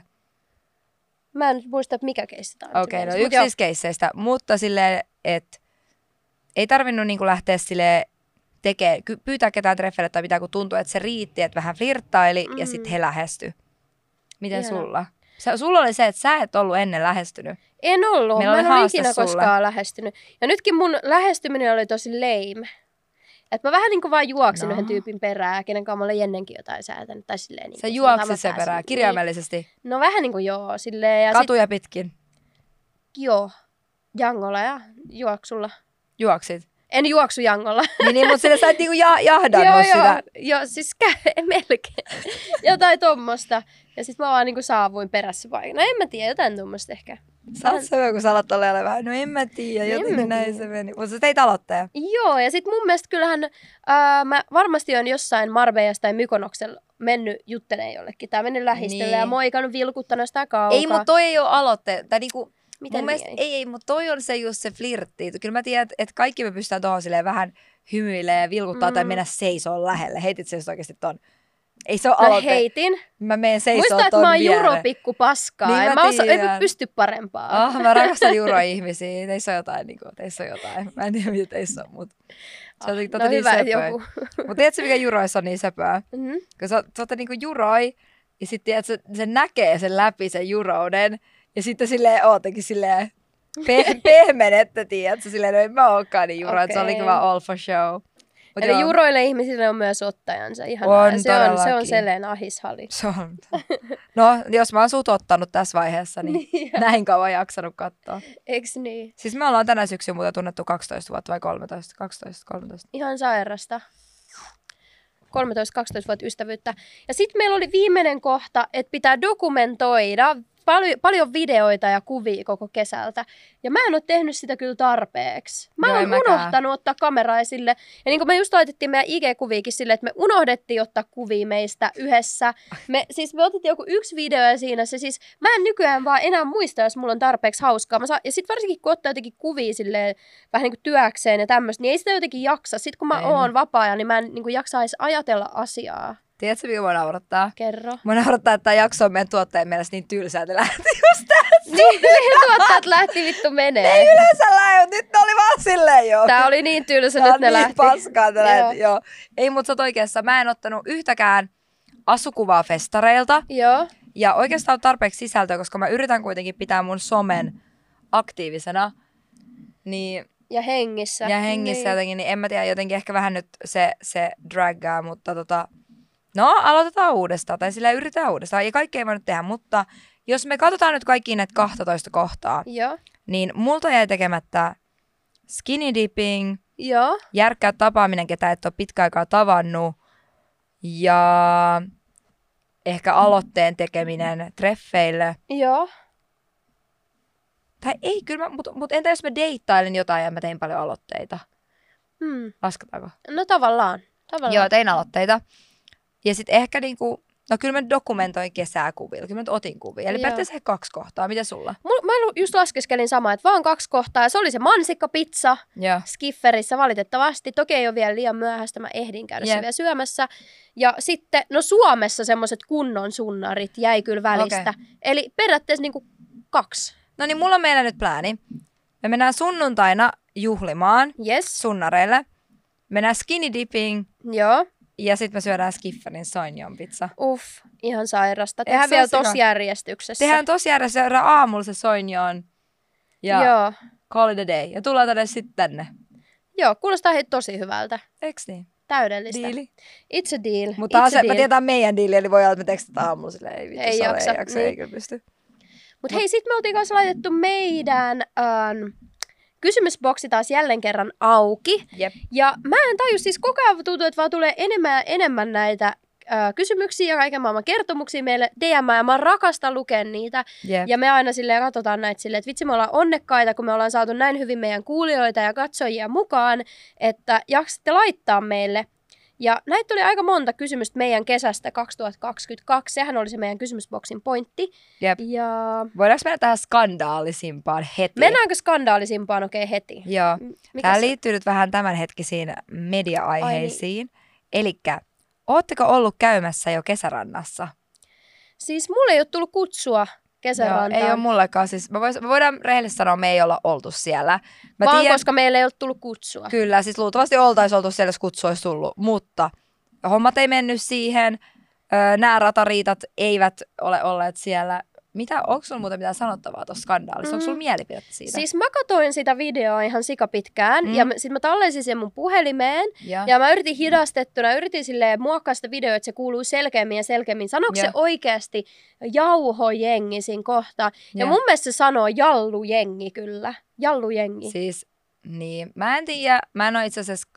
Mä en muista, että mikä keissi tää on. Okei, no yksi siis keisseistä, mutta silleen, että ei tarvinnut niinku lähteä silleen pyytää ketään treffeille tai mitään, kun tuntui, että se riitti, että vähän flirttaili ja sitten he lähestyi. Miten sulla? Sulla oli se, että sä et ollut ennen lähestynyt. En ollut. Meillä mä en ole ikinä sulle. koskaan lähestynyt. Ja nytkin mun lähestyminen oli tosi lame. Että mä vähän niin kuin vaan juoksin yhden tyypin perään, kenen kanssa mä olen ennenkin jotain säätänyt. Tai silleen, niin sä juoksit sen perään, kirjaimellisesti? No vähän niin kuin joo. Silleen, ja katuja pitkin? Joo. Jangolla ja juoksulla. Juoksit? En juoksu jangolla. niin mutta sillä sä et niinku jahdannut sitä. Joo, siis melkein. Jotain tommosta. Ja sit mä vaan niinku saavuin perässä vai. No en mä tiedä, jotain tommosta ehkä. Sä oot se, kun sä alat tolleen vähän, no en mä tiedä, jotenkin näin se meni. Mutta sä teit aloitteen. Joo, ja sit mun mielestä kyllähän mä varmasti on jossain Marbejassa tai Mykonoksella mennyt juttelee jollekin. Tai mennyt lähistölle ja moikannut, vilkuttanut sitä kaukaa. Ei, mutta toi ei ole aloite. Tai niinku, miten mun mielestä ei, mutta toi on se just se flirtti. Kyllä mä tiedän, että kaikki me pystytään tuohon silleen vähän hymyilemään ja vilkuttaa tai mennä seisoon lähelle. Heitit se just oikeasti ton. Ei se ole aloite. Mä heitin. Mä menen seisoon ton muista, että mä oon juro-pikku paskaa. Niin en mä pysty parempaa. Mä rakastan juro-ihmisiä. Teissä on jotain, niinku, teissä on jotain. Mä en tiedä, mitä teissä on, mutta se on no niin hyvä, söpöä. joku. Mutta tiedätkö, mikä juroissa on niin söpöä? Kun sä oot niinku juroi, ja sitten tiedätkö, se näkee sen läpi sen jurouden, ja sitten silleen ootenkin silleen pehmenettä, tiedätkö? Silleen, no en mä olekaan niin juro, että se oli vaan all for show. Eli juroille ihmisille on myös ottajansa. Ihanaa. On, se on selleen ahishali. Se on. No, jos mä oon sut ottanut tässä vaiheessa, niin näin kauan jaksanut katsoa. Eiks niin? Siis me ollaan tänä syksyn muuten tunnettu 12 vuotta vai 13? 13. Ihan sairasta. 13-12 vuotta ystävyyttä. Ja sitten meillä oli viimeinen kohta, että pitää dokumentoida paljon videoita ja kuvia koko kesältä. Ja mä en ole tehnyt sitä kyllä tarpeeksi. Mä oon unohtanut ottaa kameraa esille. Ja niin kuin me just laitettiin meidän IG-kuviikin silleen, että me unohdettiin ottaa kuvia meistä yhdessä. Me otettiin joku yksi video ja siinä se siis, mä en nykyään vaan enää muista, jos mulla on tarpeeksi hauskaa. Ja sit varsinkin kun ottaa jotenkin kuvia silleen vähän niin kuin työkseen ja tämmöistä, niin ei sitä jotenkin jaksa. Sitten kun mä oon vapaa niin mä en niin kuin jaksa edes ajatella asiaa. Tiedätkö, mikä mua naurattaa? Kerro. Mua naurattaa, että tämä jakso on meidän tuottajien mielestä niin tylsää, että lähti just tästä. Niin, tuottajat lähti vittu menee. Ei yleensä lähde, mutta nyt ne oli vaan silleen jo. Tää oli niin tylsä, nyt ne lähti. Tää on niin paskaa, että lähti, joo. Ei, mutta sä oot oikeassa. Mä en ottanut yhtäkään asukuvaa festareilta. Joo. Ja oikeastaan on tarpeeksi sisältöä, koska mä yritän kuitenkin pitää mun somen aktiivisena. Niin... Ja hengissä. Ja hengissä niin. Jotenkin, niin en mä tiedä, jotenkin ehkä vähän nyt se draggaa, mutta no, aloitetaan uudestaan, tai sillä yritetään uudestaan, ja kaikki ei voinut tehdä, mutta jos me katsotaan nyt kaikki näitä 12 kohtaa, niin multa jäi tekemättä skinny dipping, järkkää tapaaminen, ketä et ole pitkä aikaa tavannut, ja ehkä aloitteen tekeminen treffeille. Joo. Tai ei, kyllä mutta entä jos mä deittailen jotain ja mä tein paljon aloitteita? Lasketaanko? No tavallaan. Joo, tein aloitteita. Ja sitten ehkä niinku, No kyllä mä dokumentoin kesäkuvilla, kyllä mä nyt otin kuvia. Eli Joo. periaatteessa 2 kohtaa. Mitä sulla? Mä just laskeskelin samaa, että vaan 2 kohtaa. Ja se oli se mansikkapizza Joo. Skifferissä valitettavasti. Toki ei ole vielä liian myöhäistä, mä ehdin käydä Jep. se vielä syömässä. Ja sitten, no Suomessa semmoiset kunnon sunnarit jäi kyllä välistä. Okei. Eli periaatteessa niinku 2. No niin, mulla on meillä nyt plääni. Me mennään sunnuntaina juhlimaan Yes. sunnareille. Mennään skinny dipping Joo. ja sitten me syödään Skifferin Soignon pizza. Ihan sairasta. Eikö Tehdään se vielä ole sika? tossa järjestyksessä. Tehdään tosiaan syödään aamulla se Soignon ja Joo. call it a day. Ja tullaan tänne sitten tänne. Joo, kuulostaa hei tosi hyvältä. Eiks niin? Täydellistä. Diili. It's a deal. Mutta It's a mä deal. tiedän meidän diili, eli voi olla, että me tekstataan aamulla silleen, ei vittu, Ei sorry, jaksa, ei jaksa, niin. ei kyllä pysty. Mutta hei, sit me oltiin kanssa laitettu meidän kysymysboksi taas jälleen kerran auki. Jep. Ja mä en tajus, siis koko ajan tuntuu, että vaan tulee enemmän ja enemmän näitä kysymyksiä ja kaiken maailman kertomuksia meille DM, ja mä rakastan lukea niitä. Jep. Ja me aina silleen katsotaan näitä silleen, että vitsi, me ollaan onnekkaita, kun me ollaan saatu näin hyvin meidän kuulijoita ja katsojia mukaan, että jaksatte laittaa meille. Ja näitä tuli aika monta kysymystä meidän kesästä 2022. Sehän oli se meidän kysymysboksin pointti. Jep. Ja Voidaanko mennä tähän skandaalisimpaan heti? mennäänkö skandaalisimpaan oikein heti? Joo. Mikä Tämä se- liittyy nyt vähän tämänhetkisiin media-aiheisiin. Elikkä, ootteko ollut käymässä jo kesärannassa? Siis mulle ei ole tullut kutsua Joo, kesärantaan. ei ole mullekaan. Siis me voidaan rehellisesti sanoa, me ei olla oltu siellä. Mä vaan tiedän, koska meille ei ole tullut kutsua. Kyllä, siis luultavasti oltaisiin oltu siellä, jos kutsu olisi tullut. Mutta hommat ei mennyt siihen. Nämä ratariitat eivät ole olleet siellä. Onko sulla muuten mitään sanottavaa tuossa skandaalissa? Onko sulla mielipidettä siitä? Siis mä katoin sitä videoa ihan sikapitkään ja sitten mä tallensin sen mun puhelimeen ja mä yritin hidastettuna, yritin silleen muokkaa sitä videoa, että se kuuluu selkeämmin ja selkeämmin. Sanoiko se oikeasti jauhojengi siinä kohtaa? Ja mun mielestä se sanoo jallujengi kyllä. Jallujengi. Siis, niin. Mä en tiedä. Mä en ole itse asiassa...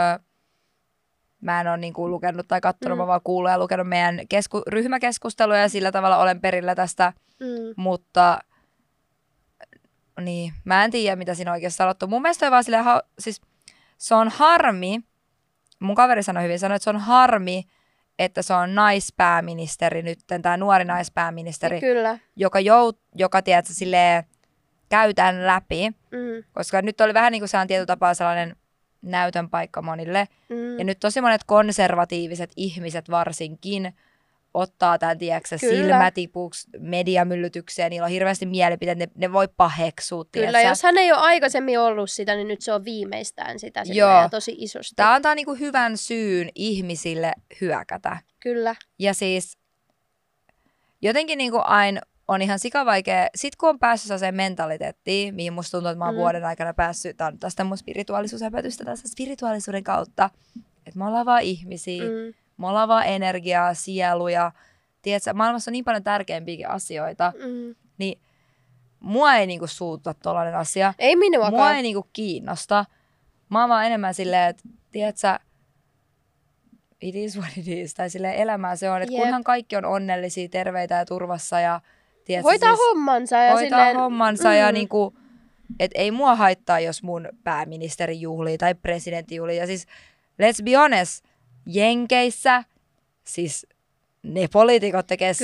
Mä en ole niinku lukenut tai katsonut, mä vaan kuullut ja lukenut meidän ryhmäkeskusteluja ja sillä tavalla olen perillä tästä. Mutta niin, mä en tiedä, mitä siinä on oikeasti sanottu. Mun mielestä on vaan silleen, siis se on harmi, mun kaveri sanoi hyvin, että se on harmi, että se on naispääministeri nyt, tämä nuori naispääministeri, Kyllä. joka tiedätkö, silleen käytän läpi, koska nyt oli vähän niin kuin se on tietyllä tapaa sellainen näytön paikka monille. Ja nyt tosi monet konservatiiviset ihmiset varsinkin ottaa tämän, tiedätkö, silmätipuksi, mediamyllytykseen, niillä on hirveästi mielipiteet, ne voi paheksua. Kyllä, tiedätkö? jos hän ei ole aikaisemmin ollut sitä, niin nyt se on viimeistään sitä Joo. ja tosi isosti. Tämä antaa niinku hyvän syyn ihmisille hyökätä. Kyllä. Ja siis jotenkin niinku aina on ihan sikavaikea, sit kun on päässyt sellaiseen mentaliteettiin, mihin musta tuntuu, että mä oon vuoden aikana päässyt, tää on tästä mun spirituaalisuushäpätystä tässä spirituaalisuuden kautta, että me ollaan vaan ihmisiä, me ollaan vaan energiaa, sieluja, tiedätkö, maailmassa on niin paljon tärkeämpiäkin asioita, niin mua ei niinku suututa tollainen asia. Ei minuakaan. Mua ei niinku kiinnosta. Mä oon vaan enemmän silleen, että tiedätkö, it is what it is, tai silleen elämää se on, että kunhan kaikki on onnellisia, terveitä ja turvassa ja tiedätkö, hoitaa hommansa ja silleen... hommansa ja niinku, että ei mua haittaa, jos mun pääministeri juhlii tai presidentti juhlii. Ja siis, let's be honest, Jenkeissä, siis ne poliitikot tekee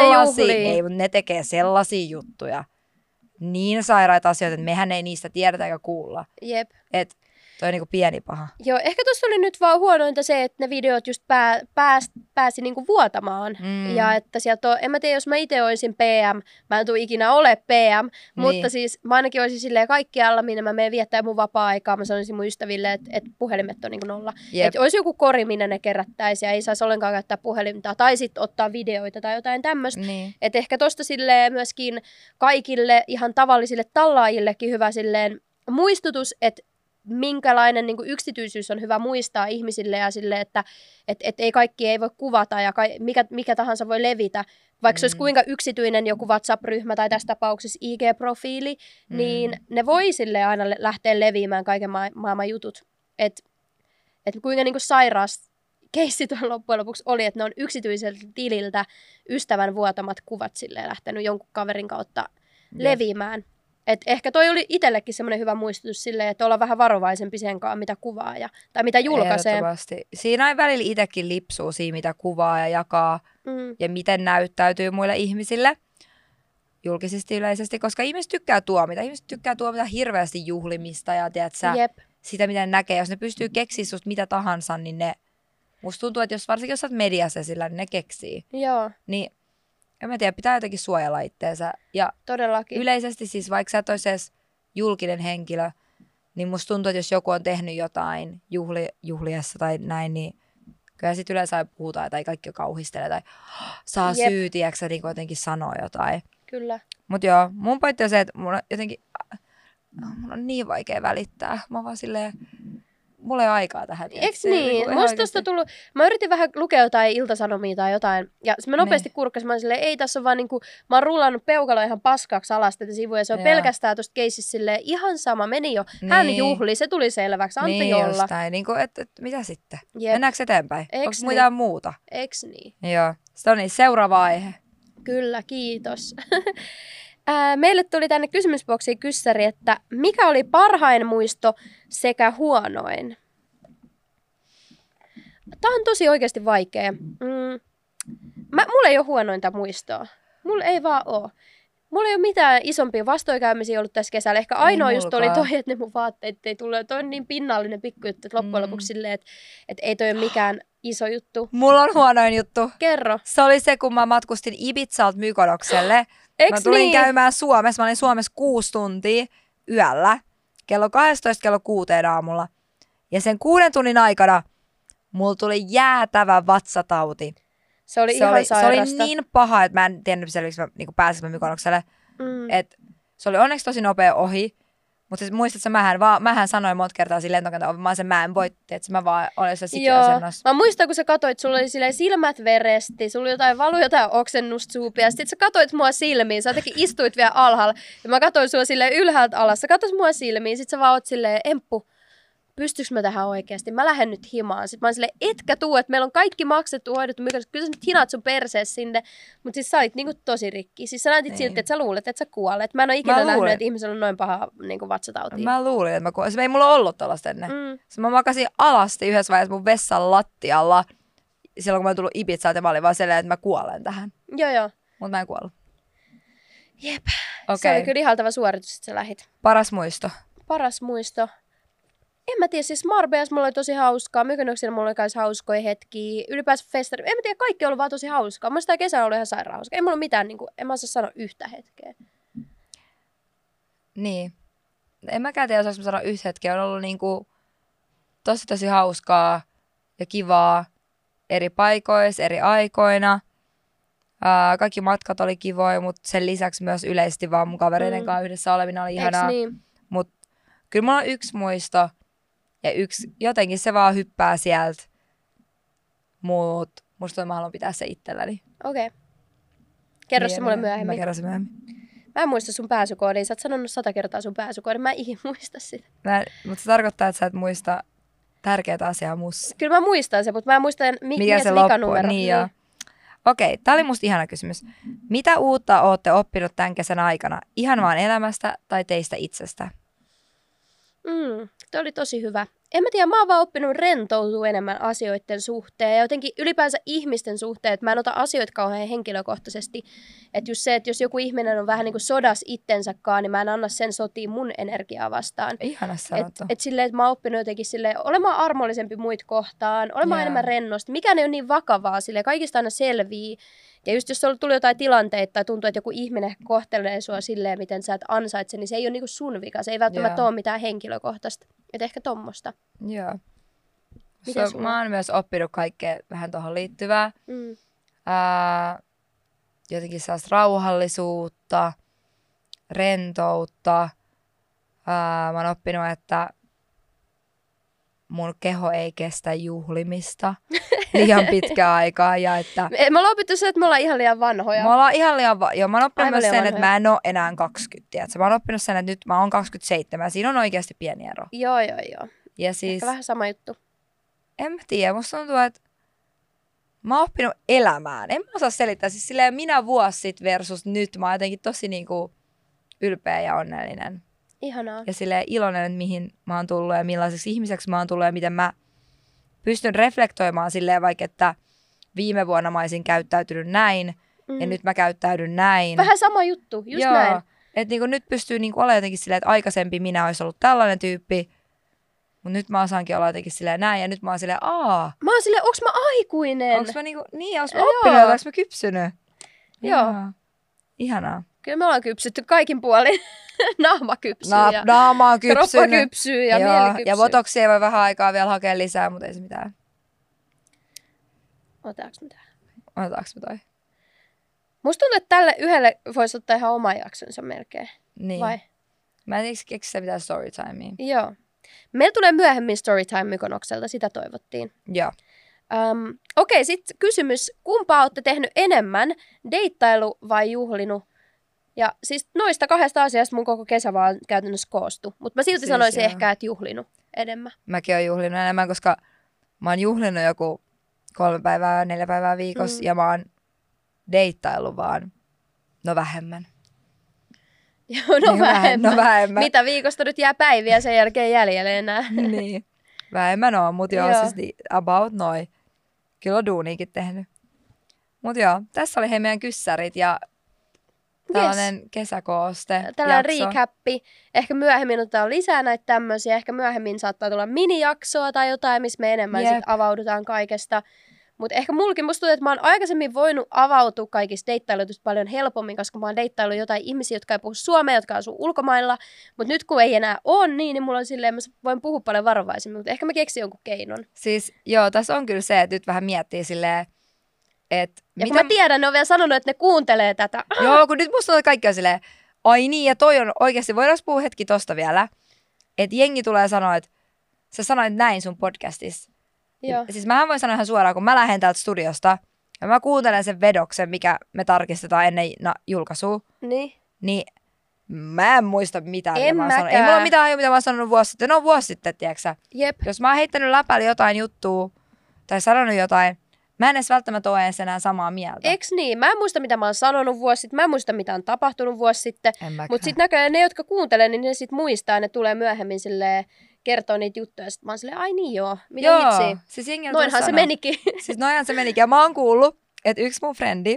ne tekee sellaisia juttuja, niin sairaita asioita, että mehän ei niistä tiedetä eikä kuulla. Jep. Että toi on niinku pieni paha. Joo, ehkä tuossa oli nyt vaan huonointa se, että ne videot just pääsi niinku vuotamaan. Ja että sieltä on, en mä tiedä, jos mä itse olisin PM, mä en tule ikinä ole PM, mutta siis mä ainakin olisin silleen kaikkialla, minne mä menen viettää mun vapaa-aikaa, mä sanoisin mun ystäville, että puhelimet on niinku nolla. Että olisi joku kori, minne ne kerättäisiin ja ei saisi ollenkaan käyttää puhelinta tai sitten ottaa videoita tai jotain tämmöistä. Niin. Että ehkä tosta silleen myöskin kaikille ihan tavallisille tallaajillekin hyvä silleen muistutus, että minkälainen niin kuin yksityisyys on hyvä muistaa ihmisille ja sille, että ei kaikki ei voi kuvata ja mikä tahansa voi levitä. Vaikka se olisi kuinka yksityinen joku WhatsApp-ryhmä tai tässä tapauksessa IG-profiili, niin ne voi sille aina lähteä leviämään kaiken maailman jutut. Että kuinka niin kuin sairas keissi tuon loppujen lopuksi oli, että ne on yksityiseltä tililtä ystävän vuotamat kuvat silleen lähtenyt jonkun kaverin kautta leviämään. Et ehkä toi oli itsellekin semmoinen hyvä muistutus silleen, että olla vähän varovaisempi sen kanssa, mitä kuvaa tai mitä julkaisee. Ehdottomasti. Siinä ei välillä itsekin lipsuu siinä, mitä kuvaa ja jakaa ja miten näyttäytyy muille ihmisille julkisesti yleisesti, koska ihmiset tykkää tuomita. Ihmiset tykkää tuomita hirveästi juhlimista ja sitä, mitä ne näkee. Jos ne pystyy keksiä susta mitä tahansa, niin ne, musta tuntuu, että varsinkin jos sä oot mediassa sillä, niin ne keksii. Joo. Niin, en mä tiedä, pitää jotenkin suojella itteensä. Ja todellakin. Yleisesti siis, vaikka sä et olisi edes julkinen henkilö, niin musta tuntuu, että jos joku on tehnyt jotain juhliessa tai näin, niin kyllä sit yleensä puhutaan tai kaikki kauhistelee tai saa syytiäksä niin jotenkin sanoa jotain. Kyllä. Mut joo, mun pointti on se, että mun on niin vaikea välittää. Mä vaan silleen, mulla ei ole aikaa tähän. Eiks niin? Musta tosta tullut, mä yritin vähän lukea jotain iltasanomia tai jotain, ja mä nopeasti kurkkasin, mä silleen, ei tässä on vaan niinku, mä oon rullannut peukalo ihan paskaksi alas tätä sivua, ja se on pelkästään tosta keisissä silleen, ihan sama, meni jo. Hän juhli, se tuli selväksi, antti olla. Jostain, niinku, että mitä sitten? Mennäänkö eteenpäin? Onko mitään muuta? Eiks niin? Joo, se on niin, seuraava aihe. Kyllä, kiitos. Meille tuli tänne kysymysboksiin kyssäri, että mikä oli parhain muisto sekä huonoin? Tämä on tosi oikeasti vaikea. Mulla ei ole huonointa muistoa. Mulla ei vaan ole. Mulla ei ole mitään isompia vastoinkäymisiä ollut tässä kesällä. Ehkä ainoa just oli toi, että ne mun vaatteet ei tullut. Toi on niin pinnallinen pikkujuttu, että loppujen lopuksi silleen, että ei toi ole mikään iso juttu. Mulla on huonoin juttu. Kerro. Se oli se, kun mä matkustin Ibizalta Mykonokselle. Mä tulin käymään Suomessa. Mä olin Suomessa 6 tuntia yöllä. Kello 12, kello 6 aamulla. Ja sen 6 tunnin aikana mulla tuli jäätävä vatsatauti. Se oli ihan sairasta. Se oli niin paha, että mä en tiennyt selväksi, niin pääsinkö Mykonokselle. Se oli onneksi tosi nopea ohi. Mutta muistatko, mähän sanoin monta kertaa siinä lentokentän, mä en voi, että mä vaan olen se sikiasennossa. Mä muistan, kun sä katsoit, sulla oli silmät veresti, sulla oli jotain oksennusta suupia, sit sä katsoit mua silmiin, sä jotenkin istuit vielä alhaalla, ja mä katsoin sua silleen ylhäältä alas, sä katsoit mua silmiin, sit sä vaan oot silleen, Emppu, pystyykö mä tähän oikeasti? Mä lähden nyt himaan. Sitten mä oon silleen, etkä tuu, että meillä on kaikki maksettu, hoidettu, kyllä sä nyt hinaat sun perseessä sinne. Mutta siis sä olit niinku tosi rikki. Siis sä näytit siltä, että sä luulet, että sä kuolet. Mä en ole ikinä nähnyt, että ihmisellä on noin paha niinku vatsatautia. Mä luulin, että mä kuolen. Se ei mulla ollut tollaista ennen. Mä makasin alasti yhdessä vaiheessa mun vessan lattialla. Silloin kun mä oon tullut Ibizaan, ja mä olin vaan silleen, että mä kuolen tähän. Joo. Mutta mä en kuollut. Jep. Okay. Se oli kyllä ihaltava suoritus, että sä lähit. Paras muisto. Paras muisto. En mä tiedä, siis Marbeiassa mulla oli tosi hauskaa, Mykonoksilla mulla oli myös hauskoja hetkiä, ylipäänsä festari. En mä tiedä, kaikki on ollut vaan tosi hauskaa. Mä sitä kesä ollut ihan sairaan hauskaa. Ei mulla mitään, niin kuin, en mä osaa sanoa yhtä hetkeä. Niin. En mäkään tiedä, osaanko mä sanoa yhtä hetkeä. On ollut niinku tosi hauskaa ja kivaa eri paikoissa, eri aikoina. Kaikki matkat oli kivoja, mutta sen lisäksi myös yleisesti vaan mun kavereiden kanssa yhdessä oleminen oli ihanaa. Niin? Mut kyllä mulla on yksi muisto. Ja jotenkin se vaan hyppää sieltä, mut musta mä haluan pitää se itselläni. Okei. Kerro se mulle myöhemmin. Mä kerron se myöhemmin. Mä en muista sun pääsykoodin. Sä oot sanonut 100 kertaa sun pääsykoodin. Mä en ikinä muista sitä. Mutta se tarkoittaa, että sä et muista tärkeää asiaa musta. Kyllä mä muistan sen, mutta mä en muista, mikä se likanumero. Niin. Okei, tää oli musta ihana kysymys. Mitä uutta ootte oppinut tämän kesän aikana? Ihan vaan elämästä tai teistä itsestä? Toi oli tosi hyvä. En mä tiedä, mä oon vaan oppinut rentoutua enemmän asioiden suhteen ja jotenkin ylipäänsä ihmisten suhteen, että mä en ota asioita kauhean henkilökohtaisesti. Että just se, että jos joku ihminen on vähän niin kuin sodas itsensäkaan, niin mä en anna sen sotiin mun energiaa vastaan. Ihana sanottu. Et silleen, että mä oon oppinut jotenkin silleen, olemaan armollisempi muita kohtaan, olemaan enemmän rennosti. Mikään ei ole niin vakavaa, silleen kaikista aina selvii. Ja just jos tuli jotain tilanteita tai tuntuu, että joku ihminen kohtelee sua silleen, miten sä et ansaitse, niin se ei ole niinku sun vika. Se ei välttämättä ole mitään henkilökohtaista. Että ehkä tommosta. Joo. Mä oon myös oppinut kaikkea vähän tuohon liittyvää. Jotenkin sellaista rauhallisuutta, rentoutta. Mä oon oppinut, että mun keho ei kestä juhlimista liian pitkää aikaa. Ja että me ollaan opittu se, että me ollaan ihan liian vanhoja. Me ollaan ihan liian vanhoja. Mä oon oppinut myös sen, että mä en oo enää 20. Tiedätkö? Mä oon oppinut sen, että nyt mä oon 27. Siinä on oikeasti pieni ero. Joo. Ja siis, ehkä vähän sama juttu. En mä tiedä. Musta tuntuu, että mä oon oppinut elämään. En mä osaa selittää. Siis silleen minä vuosi sit versus nyt. Mä oon jotenkin tosi niinku ylpeä ja onnellinen. Ihanaa. Ja silleen iloinen, että mihin mä oon tullut ja millaiseksi ihmiseksi mä oon tullut ja miten mä pystyn reflektoimaan silleen vaikka, että viime vuonna mä olisin käyttäytynyt näin ja nyt mä käyttäydyn näin. Vähän sama juttu, just Joo. näin. Että niinku nyt pystyy niinku olemaan jotenkin silleen, että aikaisempi minä olisi ollut tällainen tyyppi, mutta nyt mä osaankin olla jotenkin silleen näin ja nyt mä oon silleen, Mä oon silleen, onks mä aikuinen? onks mä niinku, niin, onks mä oppinut, Joo. onks mä kypsynyt? Joo. Ihanaa. Kyllä me ollaan kypsytty kaikin puolin. Naama kypsyy ja Naama on kroppa kypsynyt. kypsyy ja Joo, mieli kypsyy. ja botoksia voi vähän aikaa vielä hakea lisää, mutta ei se mitään. Otetaanko mitään? Otetaanko me toi? Musta tuntuu, että tälle yhdelle voisi ottaa ihan oma jaksonsa melkein. Niin. Vai? Mä en tiedä keksiä mitään storytimea. Joo. Meillä tulee myöhemmin Storytime Mykonokselta, sitä toivottiin. Joo. Okei, sitten kysymys, kumpaa olette tehnyt enemmän, deittailu vai juhlinut? Ja siis noista kahdesta asiasta mun koko kesä vaan käytännössä koostui. Mutta mä silti Siis sanoisin joo. ehkä, että juhlinut enemmän. Mäkin oon juhlinut enemmän, koska mä oon juhlinut joku 3 päivää, 4 päivää viikossa ja mä oon deittaillut vaan vähemmän. Joo, No vähemmän. Mitä viikosta nyt jää päiviä sen jälkeen jäljelle enää? Niin. Vähemmän on, mutta joo, Joo. siis about noi. Kyllä on duuniikin tehnyt. Mutta joo, tässä oli he meidän kyssärit ja tällainen kesäkooste. Tällainen jakso. recappi. Ehkä myöhemmin otetaan lisää näitä tämmöisiä. Ehkä myöhemmin saattaa tulla minijaksoa tai jotain, missä me enemmän Jep. sit avaudutaan kaikesta. Mutta ehkä mullakin musta tuntuu, että mä oon aikaisemmin voinut avautua kaikista deittailutusta paljon helpommin, koska mä oon deittaillut jotain ihmisiä, jotka ei puhu suomea, jotka asuu ulkomailla. Mutta nyt kun ei enää ole niin mulla on silleen, mä voin puhua paljon varovaisemmin, mutta ehkä mä keksin jonkun keinon. Siis joo, tässä on kyllä se, että nyt vähän miettii silleen, että Ja kun mä tiedän, ne on vielä sanonut, että ne kuuntelee tätä. Joo, kun nyt musta tuntuu, että kaikki on silleen, ai niin, ja toi on oikeasti, voidaan puhua hetki tosta vielä, että jengi tulee sanoa, että sä sanoit näin sun podcastissa. Joo. Siis mähän voin sanoa ihan suoraan, kun mä lähden täältä studiosta, ja mä kuuntelen sen vedoksen, mikä me tarkistetaan ennen julkaisua, niin mä en muista mitään, mitä En mä oon sanonut. Ei mäkään. mulla ole mitään hajua, mitä mä oon sanonut vuosi sitten. No vuosi sitten, tiiäksä. Jep. Jos mä oon heittänyt läpäli jotain juttua, tai sanonut jotain, mä en edes välttämättä ole edes enää samaa mieltä. Eks niin? Mä en muista, mitä mä oon sanonut vuosi sitten. Mä en muista, mitä on tapahtunut vuosi sitten. En mäkään. Mutta sitten näköjään ne, jotka kuuntelee, niin ne sit muistaa. Ne tulee myöhemmin silleen kertoo niitä juttuja. Sitten mä oon silleen, ai niin joo, mitä Joo, vitsi. siis jengi on Noinhan se sanoo. menikin. Siis noinhan se menikin. Ja mä oon kuullut, että yksi mun frendi,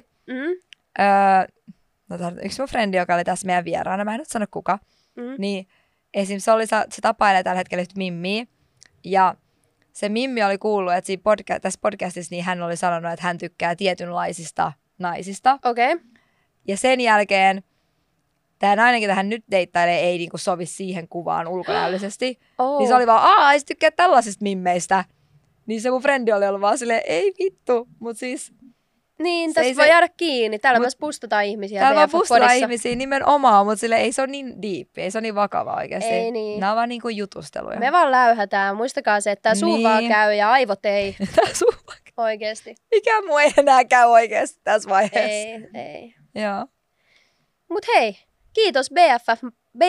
joka oli tässä meidän vieraana, mä en nyt sano kuka, niin esim. Se tapailee tällä hetkellä yhtä mimmiä. Ja se mimmi oli kuullut, että siinä tässä podcastissa niin hän oli sanonut, että hän tykkää tietynlaisista naisista. Okei. Okay. Ja sen jälkeen tämä nainen, ketä hän nyt deittailee, ei niinku sovi siihen kuvaan ulkonäöllisesti. Oh. Niin se oli vaan, ei se tykkää tällaisista mimmeistä. Niin se mun frendi oli ollut vaan silleen, ei vittu, mut siis Niin, se ei tästä voi se- jäädä kiinni. Täällä Mut- myös pustataan ihmisiä. täällä vaan BFF-podissa. pustutaan ihmisiä nimenomaan, mutta sille ei se ole niin diippi, ei se ole niin vakava oikeasti. Ei niin. Nämä on vaan niinku jutusteluja. Me vaan läyhätään. Muistakaa se, että tää suu Niin. vaan käy ja aivot ei. Tää sun- Oikeesti. Mikä muu ei enää käy oikeasti tässä vaiheessa. Ei. Joo. Mut hei, kiitos BFF.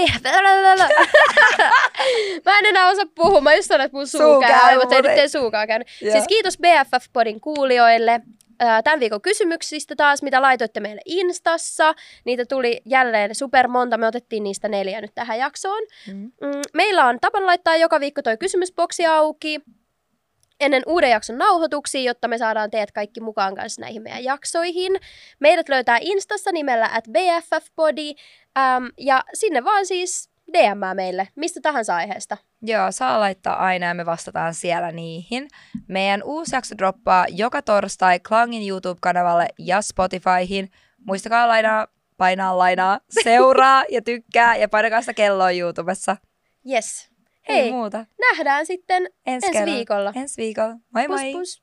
Mä en enää osaa puhua. Mä just sanoin, että mun Suu suu käy. käy, Aivot ei mut nyt ei- ei suukaan käynyt. Joo. Siis kiitos BFF-podin kuulijoille. Tämän viikon kysymyksistä taas, mitä laitoitte meille Instassa. Niitä tuli jälleen super monta. Me otettiin niistä 4 nyt tähän jaksoon. Meillä on tapana laittaa joka viikko toi kysymysboksi auki ennen uuden jakson nauhoituksia, jotta me saadaan teidät kaikki mukaan kanssa näihin meidän jaksoihin. Meidät löytää Instassa nimellä @bffpodi ja sinne vaan siis DM:ää meille mistä tahansa aiheesta. Joo, saa laittaa aina ja me vastataan siellä niihin. Meidän uusi jakso droppaa joka torstai Klangin YouTube-kanavalle ja Spotifyhin. Muistakaa painaa, seuraa ja tykkää ja painakaa sitä kelloa YouTubessa. Yes. Ei Hei, muuta. nähdään sitten ensi kerralla. viikolla. Ensi viikolla. Moi moi! Pus pus.